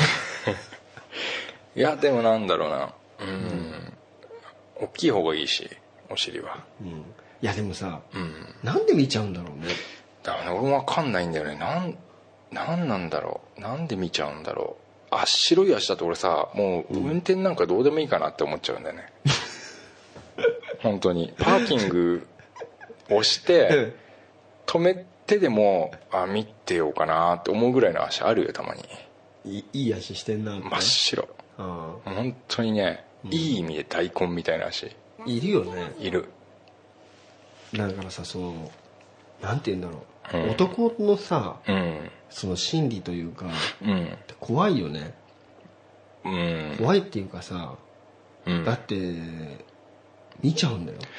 いやでもなんだろうな、大きい方がいいしお尻は。 いやでもさ、なんで見ちゃうんだろうね。 だから俺も分かんないんだよね。なんなんだろう、なんで見ちゃうんだろ白い足だと俺さもう運転なんかどうでもいいかなって思っちゃうんだよね本当にパーキング押して止めてでも見てようかなって思うぐらいの足あるよたまに。 いい足してんなって。 真っ白。本当にね、いい意味で大根みたいな足いるよね。 いる。 だからさ、そのなんて言うんだろう、男のさ、その心理というか、怖いよね。怖いっていうかさ、だって見ちゃうんだよ。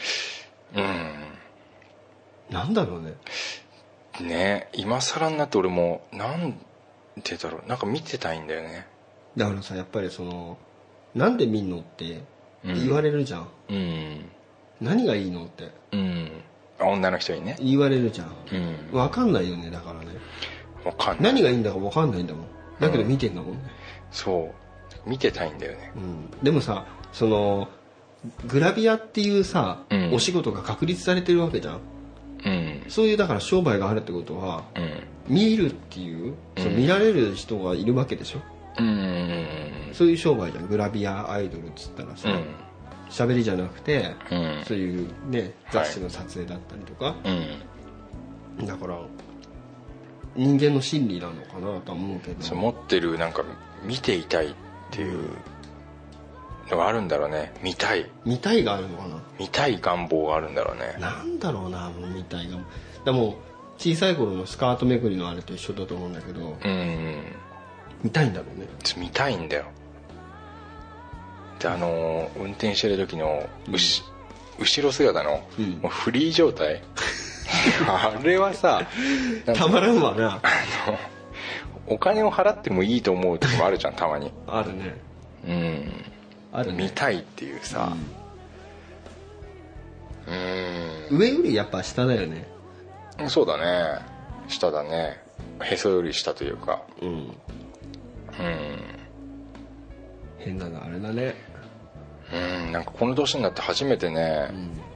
なんだろうね。 ね、今更になって俺もなんでだろう、なんか見てたいんだよね。 だからさ、やっぱりそのなんで見んのって言われるじゃん。何がいいのって、 女の人にね言われるじゃん。分かんないよね。だからね、 分かんない。 何がいいんだか分かんないんだもん。だけど見てんだもんね。 そう見てたいんだよね。 でもさ、そのグラビアっていうさ、お仕事が確立されてるわけじゃん。そういうだから商売があるってことは、見るっていう、その見られる人がいるわけでしょ。そういう商売じゃん。グラビアアイドルっつったらさ、喋りじゃなくて、そういうね雑誌の撮影だったりとか、だから人間の心理なのかなとは思うけど、 そう持ってるなんか見ていたいっていうのがあるんだろうね。見たいがあるのかな。見たい願望があるんだろうね。 なんだろうな、もう見たいが。でも小さい頃のスカートめくりのあれと一緒だと思うんだけど、見たいんだろうね。 見たいんだよ。で運転してる時の後ろ姿の、もうフリー状態あれはさたまらんわな。 お金を払ってもいいと思う時もあるじゃんたまに。 あるね。あるね。 見たいっていうさ、 上よりやっぱ下だよね。 そうだね、下だね。へそより下というか。 変なのあれだね。 なんかこの年になって初めてね、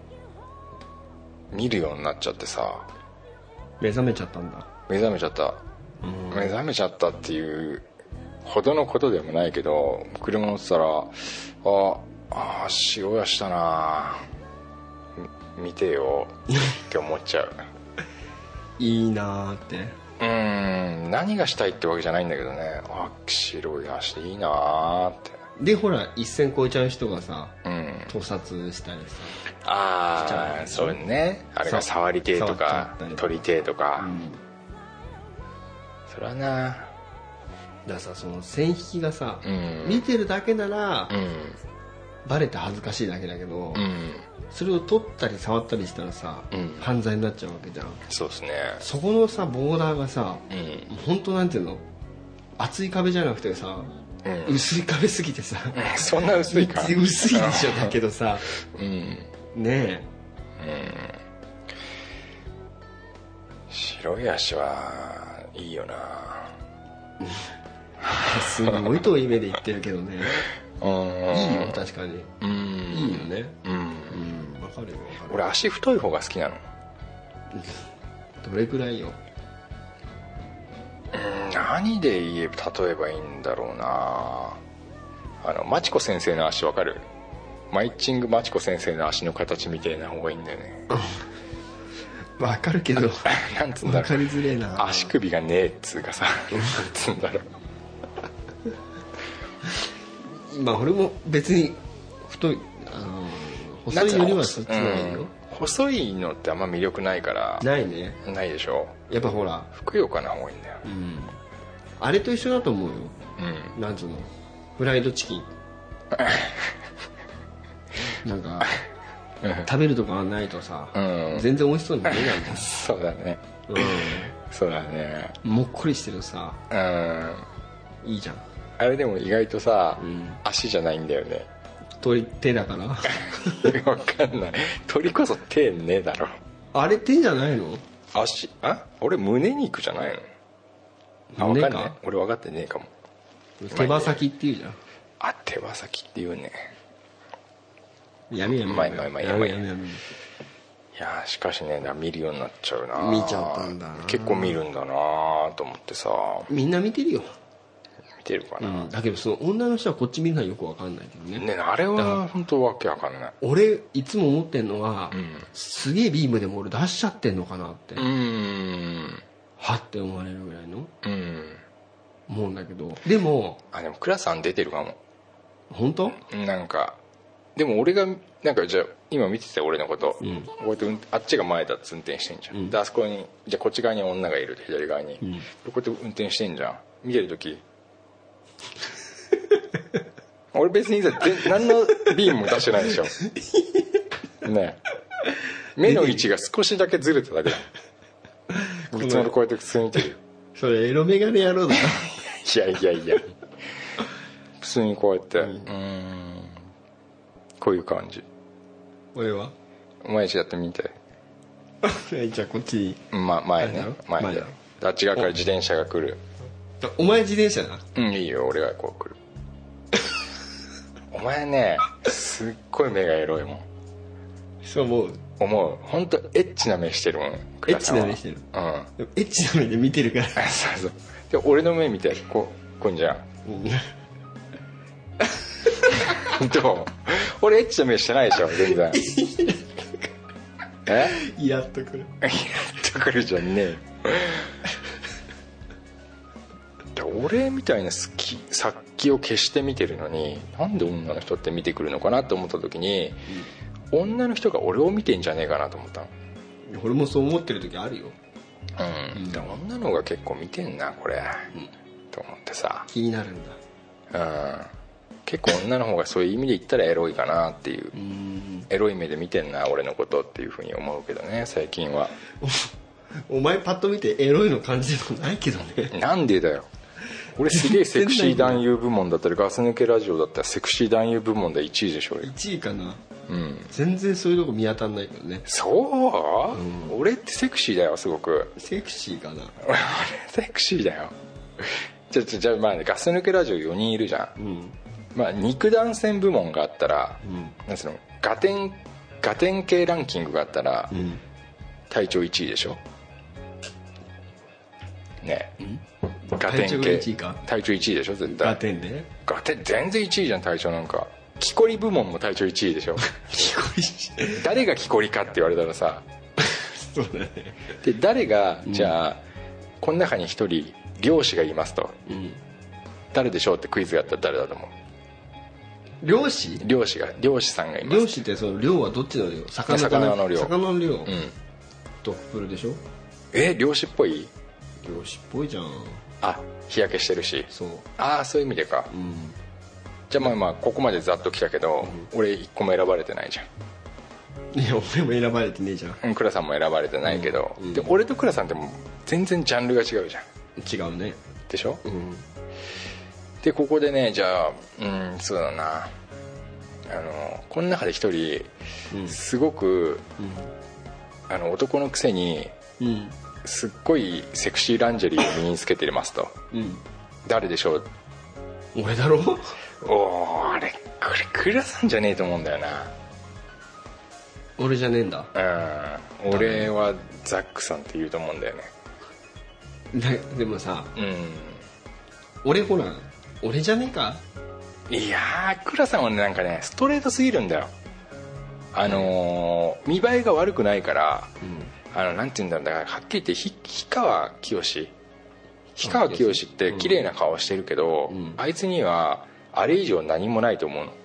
見るようになっちゃってさ。 目覚めちゃったんだ。 目覚めちゃったっていうほどのことでもないけど、車乗ってたら白い足だな、見てよって思っちゃういいなーって。 何がしたいってわけじゃないんだけどね、白い足いいなーって。でほら一線越えちゃう人がさ、盗撮したりさ、 そうね、あれが触りてとか取りてとか、それはな。 だからさ、その線引きがさ、見てるだけなら、バレて恥ずかしいだけだけど、それを取ったり触ったりしたらさ、犯罪になっちゃうわけじゃん。 そうですね。 そこのさボーダーがさ、本当なんていうの、厚い壁じゃなくてさ、薄い壁すぎてさ、 そんな薄いか。 薄いでしょ。だけどさ、ねえ、 白い足はいいよな。 すごい遠い目で言ってるけどね。いいよ、確かに。いいよね。わかるよ。 俺足太い方が好きなの。 どれくらいよ。 何で例えばいいんだろうな。マチコ先生の足わかる？マイチングマチコ先生の足の形みたいな方がいいんだよね。 わかるけどなんつうんだろう、 わかりづれえな。 足首がねえっつうかさなんつうんだろうまあ俺も別に太い、細いよりはそっちの方がいいよ。 細いのってあんま魅力ないから。 ないね。 ないでしょ。 やっぱほらふくよかな方がいいんだよ。 あれと一緒だと思うよ。なんつうの、フライドチキンなんか食べるとかがないとさ、全然美味しそうに見えないんだそうだね。そうだね。 もっこりしてるさ、いいじゃん。 あれでも意外とさ、足じゃないんだよね。 手だから分かんない。鳥こそ手ねえだろ。 あれ手じゃないの？ 足、俺胸肉じゃないの？ 胸か？ 分かんない。俺分かってねえかも。 手羽先って言うじゃん。 手羽先って言うね。 やめ。 いやしかしね、見るようになっちゃうな。 見ちゃったんだな。 結構見るんだなと思ってさ。 みんな見てるよ。 見てるかな、 だけどその女の人はこっち見るのはよく分かんないけどね。 ね、あれは本当わけわかんない。 俺いつも思ってんのは、すげえビームでも俺出しちゃってんのかなって、はって思われるぐらいの、思うんだけど、でも倉さん出てるかも。 本当？ なんかでも俺がなんかじゃあ今見てて俺のこと、こうやってあっちが前だって運転してんじゃん、であそこにじゃあこっち側に女がいると左側に、こうやって運転してんじゃん、見てる時俺別に何のビームも出してないでしょね、目の位置が少しだけずれただけだいつもこうやって普通に見てるよ。 それエロメガネ野郎だないや普通にこうやってこういう感じ。 俺は前やってみてじゃあこっち前ね、前であっち側から自転車が来る。 お前自転車だ。 いいよ、俺がこう来るお前ねすっごい目がエロいもん。 そう思う本当エッチな目してるもん。 エッチな目してる。エッチな目で見てるからそうで俺の目見てこんじゃんどう？俺エッチな目してないでしょ全然やっとくるやっとくるじゃんねえ俺みたいな殺気を消して見てるのになんで女の人って見てくるのかなって思った時に、女の人が俺を見てんじゃねえかなと思ったの。 俺もそう思ってる時あるよ。 女の方が結構見てんなこれ、と思ってさ、 気になるんだ。 結構女の方がそういう意味で言ったらエロいかなっていう、エロい目で見てんな俺のことっていうふうに思うけどね最近は。 お前パッと見てエロいの感じるのないけどね。 なんでだよ。俺すげえセクシー男優部門だったりガス抜けラジオだったらセクシー男優部門で1位でしょ。 1位かな。全然そういうとこ見当たんないけどね。 そう、俺ってセクシーだよすごく。 セクシーかな。 俺セクシーだよ。じゃあまあ、ね、ガス抜けラジオ4人いるじゃん、まあ、肉弾戦部門があったら、なんつうのガテン系ランキングがあったら、隊長1位でしょね。ガテン系隊長1位でしょ絶対。 ガテンでガテン全然1位じゃん隊長なんか。木こり部門も隊長1位でしょ木こり誰が木こりかって言われたらさそうだね。で誰がじゃあ、この中に一人漁師がいますと、誰でしょうってクイズがあったら誰だと思う？漁師さんがいます。 漁師ってその漁はどっちの漁？魚の漁。魚の漁。ドップルでしょ？ 漁師っぽい？ 漁師っぽいじゃん。 日焼けしてるし。 そう。 そういう意味でか。じゃあまあここまでざっと来たけど、俺一個も選ばれてないじゃん。 いや俺も選ばれてねえじゃん。 倉さんも選ばれてないけど、で俺と倉さんってもう全然ジャンルが違うじゃん。 違うね。 でしょ？でここでねじゃあそうだな、この中で一人、すごく、男のくせに、すっごいセクシーランジェリーを身につけてますと、誰でしょう？ 俺だろ？ あれこれ倉さんじゃねえと思うんだよな。 俺じゃねえんだ。 俺はザックさんって言うと思うんだよね。 でもさ、俺ほら俺じゃねえか。 いやー倉さんはねなんかねストレートすぎるんだよ。見栄えが悪くないから、なんて言うんだろう、だからはっきり言って氷川きよしって綺麗な顔してるけど、あいつにはあれ以上何もないと思うのなん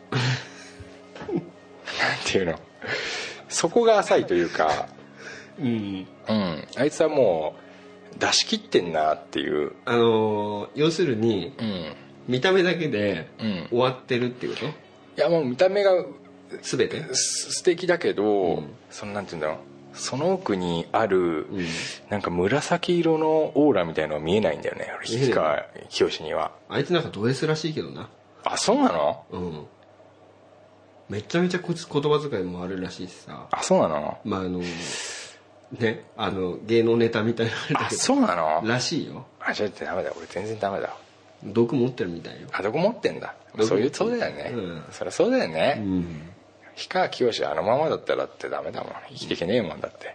ていうの、そこが浅いというか、あいつはもう出し切ってんなっていう、 要するに、見た目だけで終わってるっていうこと？いやもう見た目が全て素敵だけど、そのなんていうんだろう、その奥にある、なんか紫色のオーラみたいのは見えないんだよね氷川きよしには。あいつなんかド S らしいけどな。 そうなの？ めちゃめちゃ言葉遣いもあるらしいしさ。 そうなの？ まあね、芸能ネタみたいなのだけど。 そうなの？ らしいよ。 じゃあダメだ、俺全然ダメだ。 毒持ってるみたいよ。 毒持ってんだ。そうだよね、そりゃそうだよね。氷川きよしあのままだったらってダメだもん、生きていけねえもんだって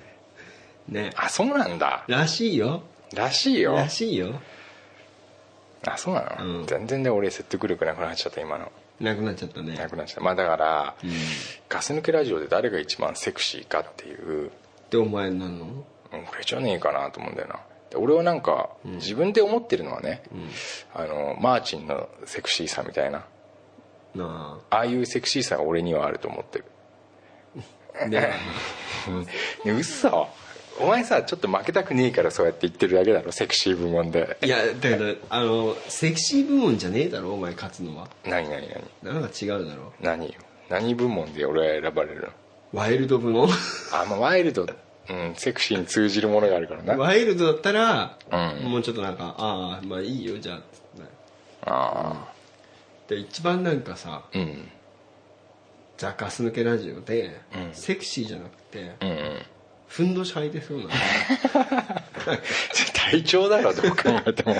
ね。 そうなんだ。 らしいよ。 らしいよ。 あ、そうなの、全然ね俺説得力なくなっちゃった今の。 なくなっちゃったね。 なくなっちゃった。まあだから、ガス抜けラジオで誰が一番セクシーかっていうってお前なの？ 俺じゃねえかなと思うんだよな。俺はなんか、自分で思ってるのはね、マーチンのセクシーさみたいな、ああいうセクシーさが俺にはあると思ってる。ね嘘。お前さちょっと負けたくねえからそうやって言ってるだけだろ、セクシー部門で。 いやだからセクシー部門じゃねえだろお前勝つのは。 何なんか違うだろ。 何部門で俺は選ばれるの？ ワイルド部門まあワイルド、セクシーに通じるものがあるからな。 ワイルドだったら、もうちょっとなんかまあいいよじゃあで一番なんかさ、ザ・ガス抜けラジオで、セクシーじゃなくて、ふんどし履いてそうな体調だろどう考えても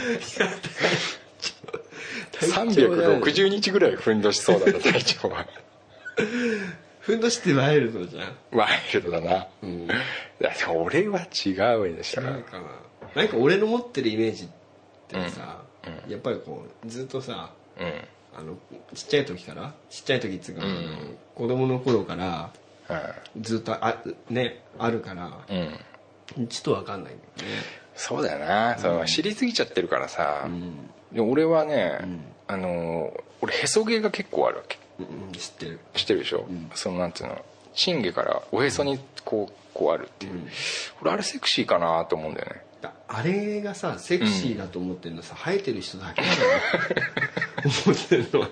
360日ぐらいふんどしそうだな体調は。 ふんどしってワイルドじゃん。 ワイルドだな。だって俺は違うでしょ。 違うかな。なんか俺の持ってるイメージってさ、やっぱりこうずっとさ、ちっちゃい時っていうか、子供の頃からずっとあるから、ちょっと分かんないんだよね。そうだよな、その知りすぎちゃってるからさ、で俺はね、俺へそ毛が結構あるわけ。知ってるでしょ、そのなんていうの、チンゲからおへそにこうあるっていう、俺あれセクシーかなと思うんだよね。 あれがさセクシーだと思ってるのさ、生えてる人だけだろ思ってるのは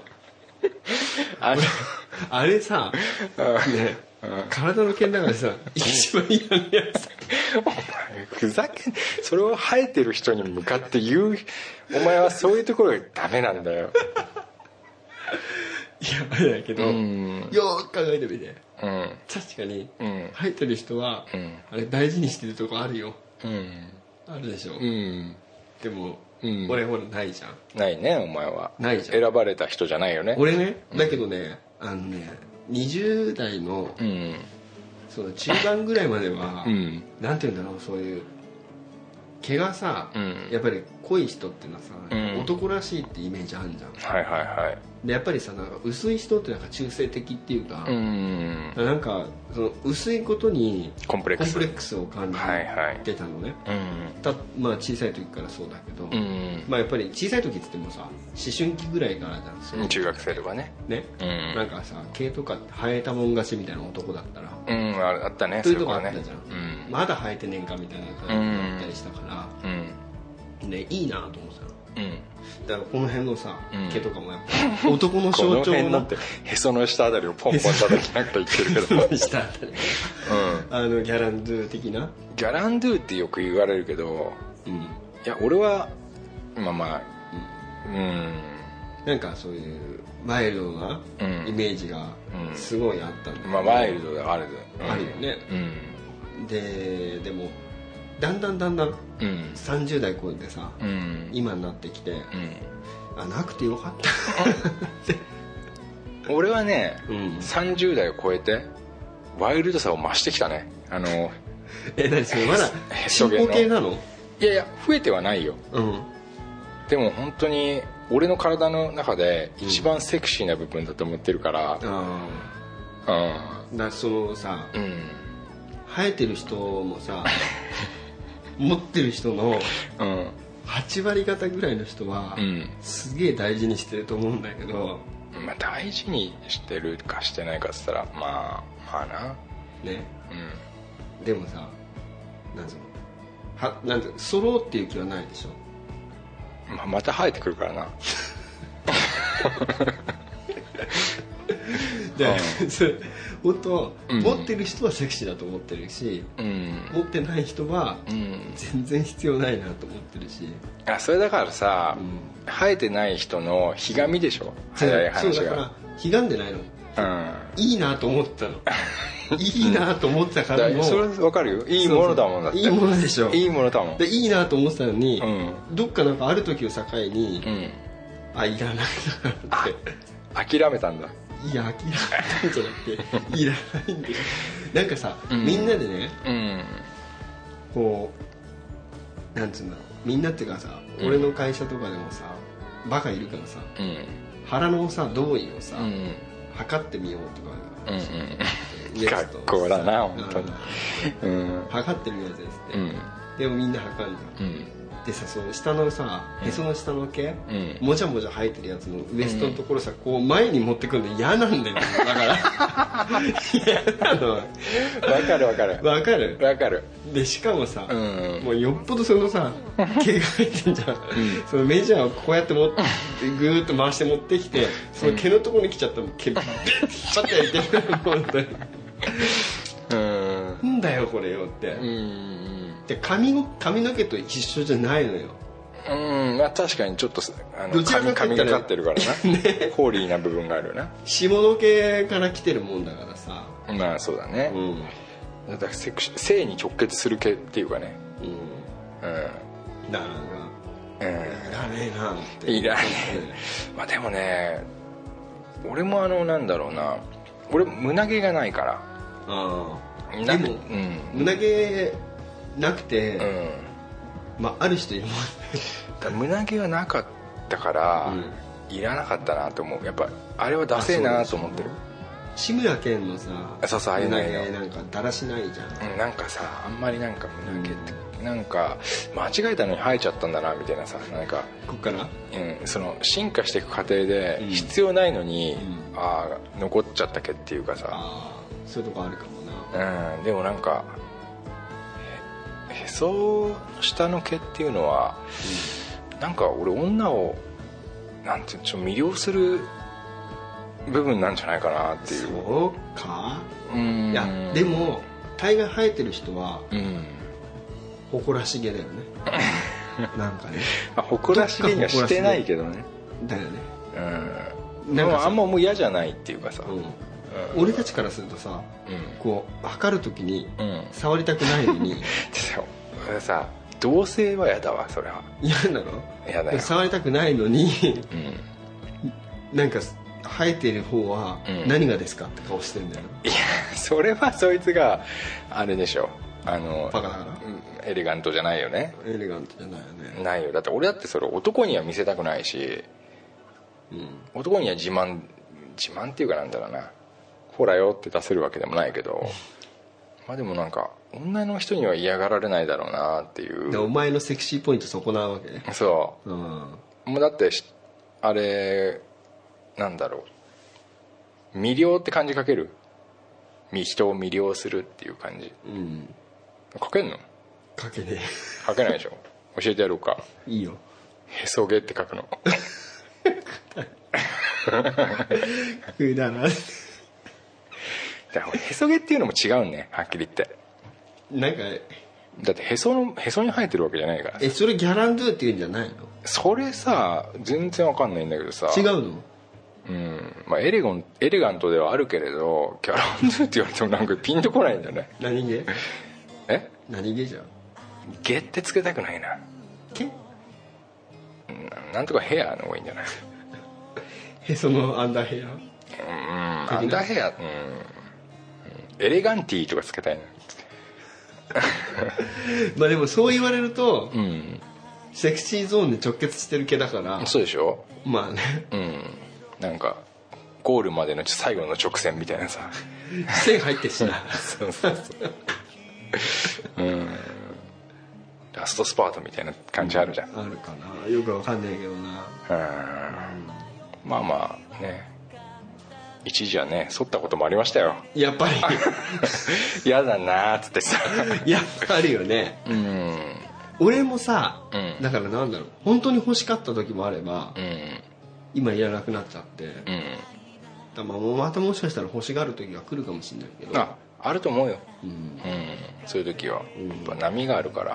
あれさ、ね、体の毛の中でさ一番嫌なやつ。 お前ふざけん、それを生えてる人に向かって言うお前はそういうところがダメなんだよ。 いやあれだけど、よーく考えてみて、確かに、生えてる人は、あれ大事にしてるとこあるよ、あるでしょ、でも、俺ほらないじゃん。 ないねお前は。 ないじゃん。 選ばれた人じゃないよね俺ね。だけどね、20代の、その中盤ぐらいまでは、なんていうんだろう、そういう毛がさ、やっぱり濃い人っていうのはさ、男らしいってイメージあるじゃん。はいはいはい。でやっぱりさ、なんか薄い人ってなんか中性的っていうか、なんかその薄いことにコンプレックスを感じてたのね。まあ小さい時からそうだけど、まあやっぱり小さい時っつってもさ、思春期ぐらいからじゃん。 中学生とかね。 なんかさ、毛とか生えたもん勝ちみたいな男だったら、 あったね。 そういうとこあったじゃん。まだ生えてねえかみたいな感じだったりしたから、ね、いいなと思ってたの。だからこの辺のさ、毛とかもやっぱ男の象徴のへその下あたりをポンポン叩きながら言ってるけど下あたり、ギャランドゥ的な。 ギャランドゥってよく言われるけど、いや俺はまあなんかそういうワイルドなイメージがすごいあったんだけど、 ワイルドだあるよね。でもだんだん30代超えてさ、今になってきて、なくてよかったって俺はね、30代を超えてワイルドさを増してきたね。 何それまだ進歩系なの？ いや増えてはないよ、でも本当に俺の体の中で一番セクシーな部分だと思ってるから、 そのさ、生えてる人もさ持ってる人の8割方ぐらいの人はすげえ大事にしてると思うんだけど、 大事にしてるかしてないかっつったらまあなね、でもさ、なんて揃うっていう気はないでしょ。 また生えてくるからな。 本当、持ってる人はセクシーだと思ってるし、持ってない人は全然必要ないなと思ってるし、 それだからさ、生えてない人のひがみでしょ、早い話が。 そうだからひがんでないの、いいなと思ったの。いいなと思ってたからも、 それ分かるよ、いいものだもんだって。 いいものでしょ、 いいものだもん。 でいいなと思ってたのに、どっかなんかある時を境に、いらないなって諦めたんだ。 いや、諦めたんじゃなくていらないんだよ。なんかさ、みんなでね、こうなんつうんだろう、みんなっていうかさ、俺の会社とかでもさ、 バカいるからさ、腹のさ胴衣をさ、測ってみようとか、 学校だな本当に、 測ってみようぜっつって、でもみんな測るじゃん、でさ、その下のさへその下の毛、もじゃもじゃ生えてるやつのウエストのところさ、こう前に持ってくるの嫌なんだよ、だから嫌なの。わかるわかるわかるわかる。 でしかもさ、もうよっぽどそのさ毛が生えてんじゃん、そのメジャーをこうやって持ってグーッと回して持ってきて、その毛のところに来ちゃったら毛ビッパッてやりてる本当になんだよこれよって。で髪の毛と一緒じゃないのよ。 まあ確かにちょっと髪がかってるからな、ね、ホーリーな部分があるな。 下の毛から来てるもんだからさ。 まあそうだね、だから性に直結する毛っていうかね、 だからいらねえなっていらねえまあでもね、俺もなんだろうな、俺胸毛がないから。 でも、胸毛なくて、まあある人いるもんね。 胸毛がなかったから、いらなかったなと思う。やっぱあれはダセえなと思ってる。 志村けんのさ、 そう胸毛なんかだらしないじゃん、 なんかさ、あんまりなんか胸毛ってなんか間違えたのに生えちゃったんだなみたいなさ、なんかこっから、 その進化していく過程で必要ないのに、残っちゃった毛っていうかさ、 そういうとこあるかもな。 でもなんかへその下の毛っていうのは、なんか俺女をなんていうの、ちょっと魅了する部分なんじゃないかなっていう。 そうか。いやでも大概生えてる人は誇らしげだよねなんかね、 誇らしげにはしてないけどね。 だよね。 でもあんまもう嫌じゃないっていうかさ、 俺たちからするとさ、こう測る時に触りたくないのにさ、同性は嫌だわ、それは。 嫌なの？ 嫌だよ。 触りたくないのになんか生えてる方は何がですかって顔してんだよ。 いや、それはそいつがあれでしょ、 バカだから。 エレガントじゃないよね。 エレガントじゃないよね。 ないよ。だって俺だってそれ男には見せたくないし、男には自慢っていうかなんだろうな、ほらよって出せるわけでもないけどまあでもなんか女の人には嫌がられないだろうなっていう。 でお前のセクシーポイントそこなわけね。 そう、もうだってあれなんだろう、魅了って漢字書ける？人を魅了するっていう感じ、書けんの？ 書けねえ。 書けないでしょ。教えてやろうか。 いいよ。 へそ毛って書くのくだらん。 へそ毛っていうのも違うんね、はっきり言って。 なんかだってへそに生えてるわけじゃないから。 それギャランドゥって言うんじゃないの？ それさ全然わかんないんだけどさ。 違うの？ まあエレガントではあるけれど、ギャランドゥって言われてもなんかピンとこないんだよね。 何毛？何毛じゃん。 毛ってつけたくないな。 毛？ なんとかヘアの方がいいんじゃない？ へそのアンダーヘアアンダーヘア、エレガンティーとかつけたいなまあでもそう言われると、セクシーゾーンで直結してる毛だから。そうでしょ。 まあね、 なんかゴールまでの最後の直線みたいなさ線入ってるしなそうラストスパートみたいな感じあるじゃん、 あるかな、よくわかんないけどな。 まあまあね、一時はね剃ったこともありましたよ、 やっぱり嫌だなーっつってさやっぱりよね。俺もさ、だからなんだろう、本当に欲しかった時もあれば、今いらなくなっちゃって、だまたもしかしたら欲しがる時が来るかもしれないけど、 あると思うよ、そういう時はやっぱ波があるから、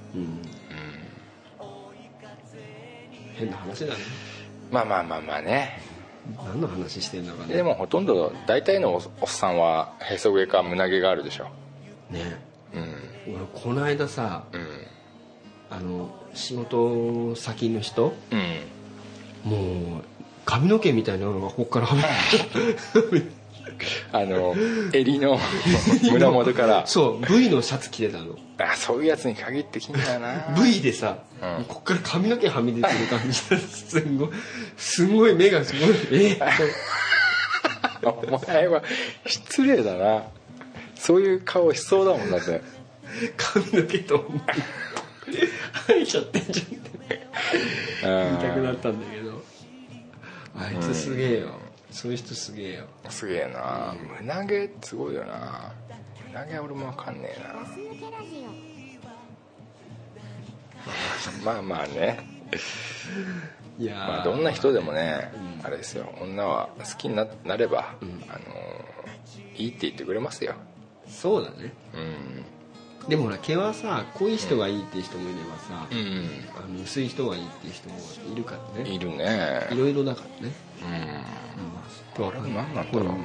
変な話だね。 まあね、 何の話してんだかね。 でもほとんど大体のおっさんはへそ毛か胸毛があるでしょね。俺この間さ、仕事先の人、もう髪の毛みたいなのがここからはみ襟の胸元からそう V のシャツ着てたの。 そういうやつに限って着んだよな。 V でさ、こっから髪の毛はみ出てる感じすんごい目がすごいお前は失礼だな。そういう顔しそうだもんだって。 髪の毛と生えちゃってんじゃんって言いたくなったんだけど、あいつすげえよ、そういう人すげえよ。 すげえな。胸毛すごいよな。胸毛俺も分かんねえな。まあまあね。 いやまあどんな人でもね、あれですよ、女は好きに なれば、いいって言ってくれますよ。 そうだね。でもほら毛はさ、濃い人がいいっていう人もいればさ、薄い人がいいっていう人もいるからね。 いるね。 いろいろだからね。 あれ何なんだろうな。ね。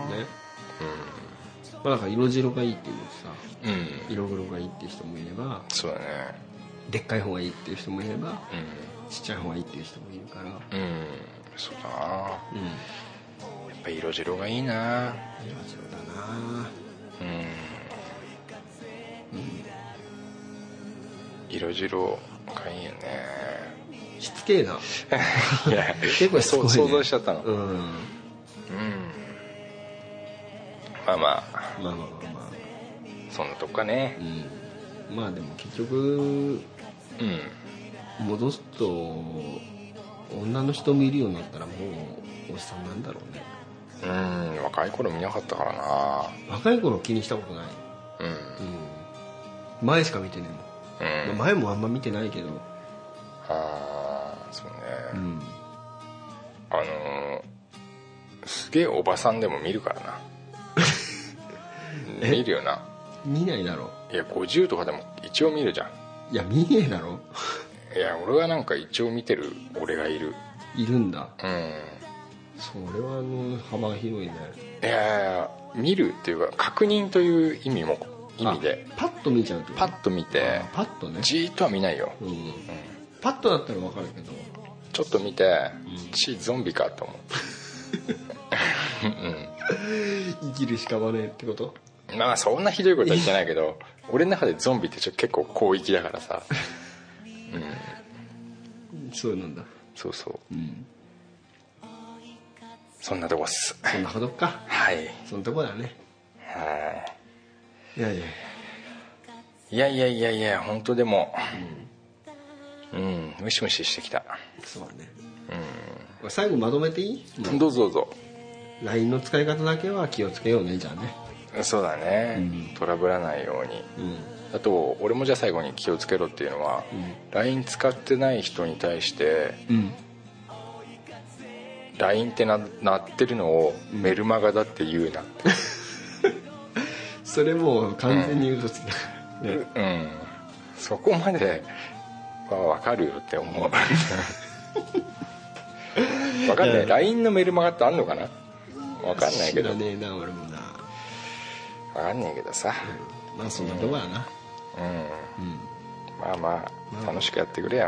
まあだから色白がいいっていうのさ、色黒がいいっていう人もいれば、 そうだね。 でっかい方がいいっていう人もいれば、ちっちゃい方がいいっていう人もいるから。 そうだな。やっぱ色白がいいな。 色白だな。 色白がいいよね。 しつけえな。 いや結構しつこいね。 想像しちゃったの。まあまあそんなとこかね。 まあでも結局戻すと女の人見るようになったらもうおじさんなんだろうね。 若い頃見なかったからな。 若い頃気にしたことない。前しか見てねえもん。前もあんま見てないけど。 そうね。すげえおばさんでも見るからな。見るよな。 見ないだろ。 いや50とかでも一応見るじゃん。 いや見ねえだろ。 いや俺はなんか一応見てる俺がいるんだ。それは幅が広いね。 いや見るっていうか確認という意味でパッと見ちゃうと。 パッと見てパッとね。 じーっとは見ないよ。 パッとだったら分かるけど、 ちょっと見てゾンビかと思う。 生きる屍ってこと。 まあそんなひどいことは言ってないけど俺の中でゾンビって結構広域だからさ。 そうなんだ。 そうそう、そんなとこっす。 そんなことか。 はい、 そんなとこだね。 はい。いや本当でもムシムシしてきた。 そうだね。最後まとめていい？ どうぞ。 LINE の使い方だけは気をつけようね。じゃあね。 そうだね、トラブらないように、あと俺もじゃあ最後に気をつけろっていうのは、LINE 使ってない人に対して、LINE って鳴ってるのをメルマガだって言うなって、 それもう完全に嘘つきだ、 そこまでは分かるよって思う。分かんない。 LINE のメルマガってあんのかな。分かんないけど。 知らねえな俺もな。 分かんないけどさ、 まあそんなとこやな。 まあまあ楽しくやってくれよ。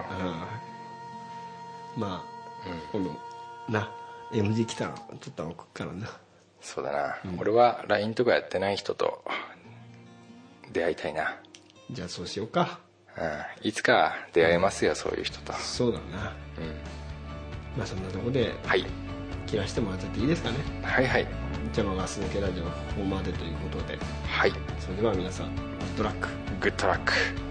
まあ今度な M 字来たらちょっと送っからな。 そうだな、俺は LINE とかやってない人と出会いたいな。 じゃあそうしようか。 いつか出会えますよ、そういう人と。 そうだな。まあそんなとこで切らしてもらっちゃっていいですかね。 はい。 じゃあガス抜けラジオここまでということで、 はい。 それでは皆さんグッドラック。 グッドラック。